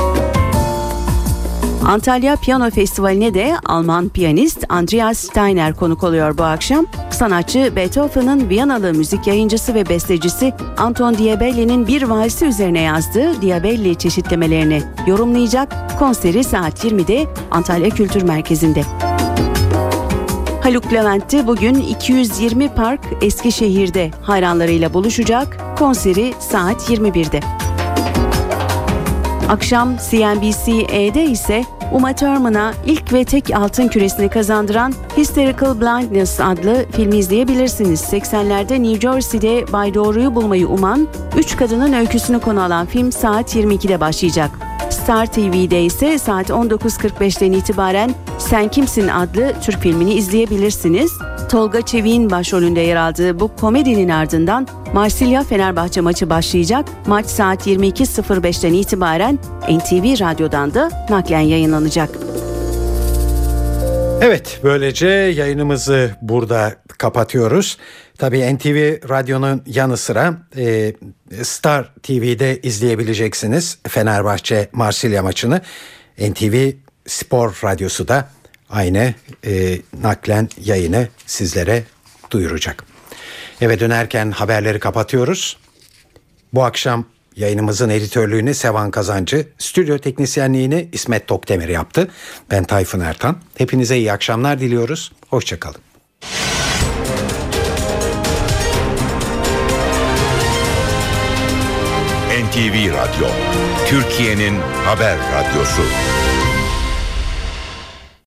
Antalya Piyano Festivali'ne de Alman piyanist Andreas Steiner konuk oluyor bu akşam. Sanatçı Beethoven'ın Viyanalı müzik yayıncısı ve bestecisi Anton Diabelli'nin bir valsi üzerine yazdığı Diabelli çeşitlemelerini yorumlayacak. Konseri saat 20'de Antalya Kültür Merkezi'nde. Haluk Levent de bugün 220 Park Eskişehir'de hayranlarıyla buluşacak. Konseri saat 21'de. Akşam CNBC-E'de ise Uma Thurman'a ilk ve tek altın küresini kazandıran Hysterical Blindness adlı filmi izleyebilirsiniz. 80'lerde New Jersey'de Bay Doğru'yu bulmayı uman 3 kadının öyküsünü konu alan film saat 22'de başlayacak. Star TV'de ise saat 19.45'ten itibaren Sen Kimsin adlı Türk filmini izleyebilirsiniz. Tolga Çevik'in başrolünde yer aldığı bu komedinin ardından Marsilya Fenerbahçe maçı başlayacak. Maç saat 22.05'ten itibaren NTV Radyo'dan da naklen yayınlanacak. Evet, böylece yayınımızı burada kapatıyoruz. Tabii NTV Radyo'nun yanı sıra Star TV'de izleyebileceksiniz Fenerbahçe Marsilya maçını. NTV Spor Radyosu da aynı naklen yayını sizlere duyuracak. Eve dönerken haberleri kapatıyoruz. Bu akşam yayınımızın editörlüğünü Sevan Kazancı, stüdyo teknisyenliğini İsmet Tokdemir yaptı. Ben Tayfun Ertan. Hepinize iyi akşamlar diliyoruz. Hoşçakalın. NTV Radyo, Türkiye'nin haber radyosu.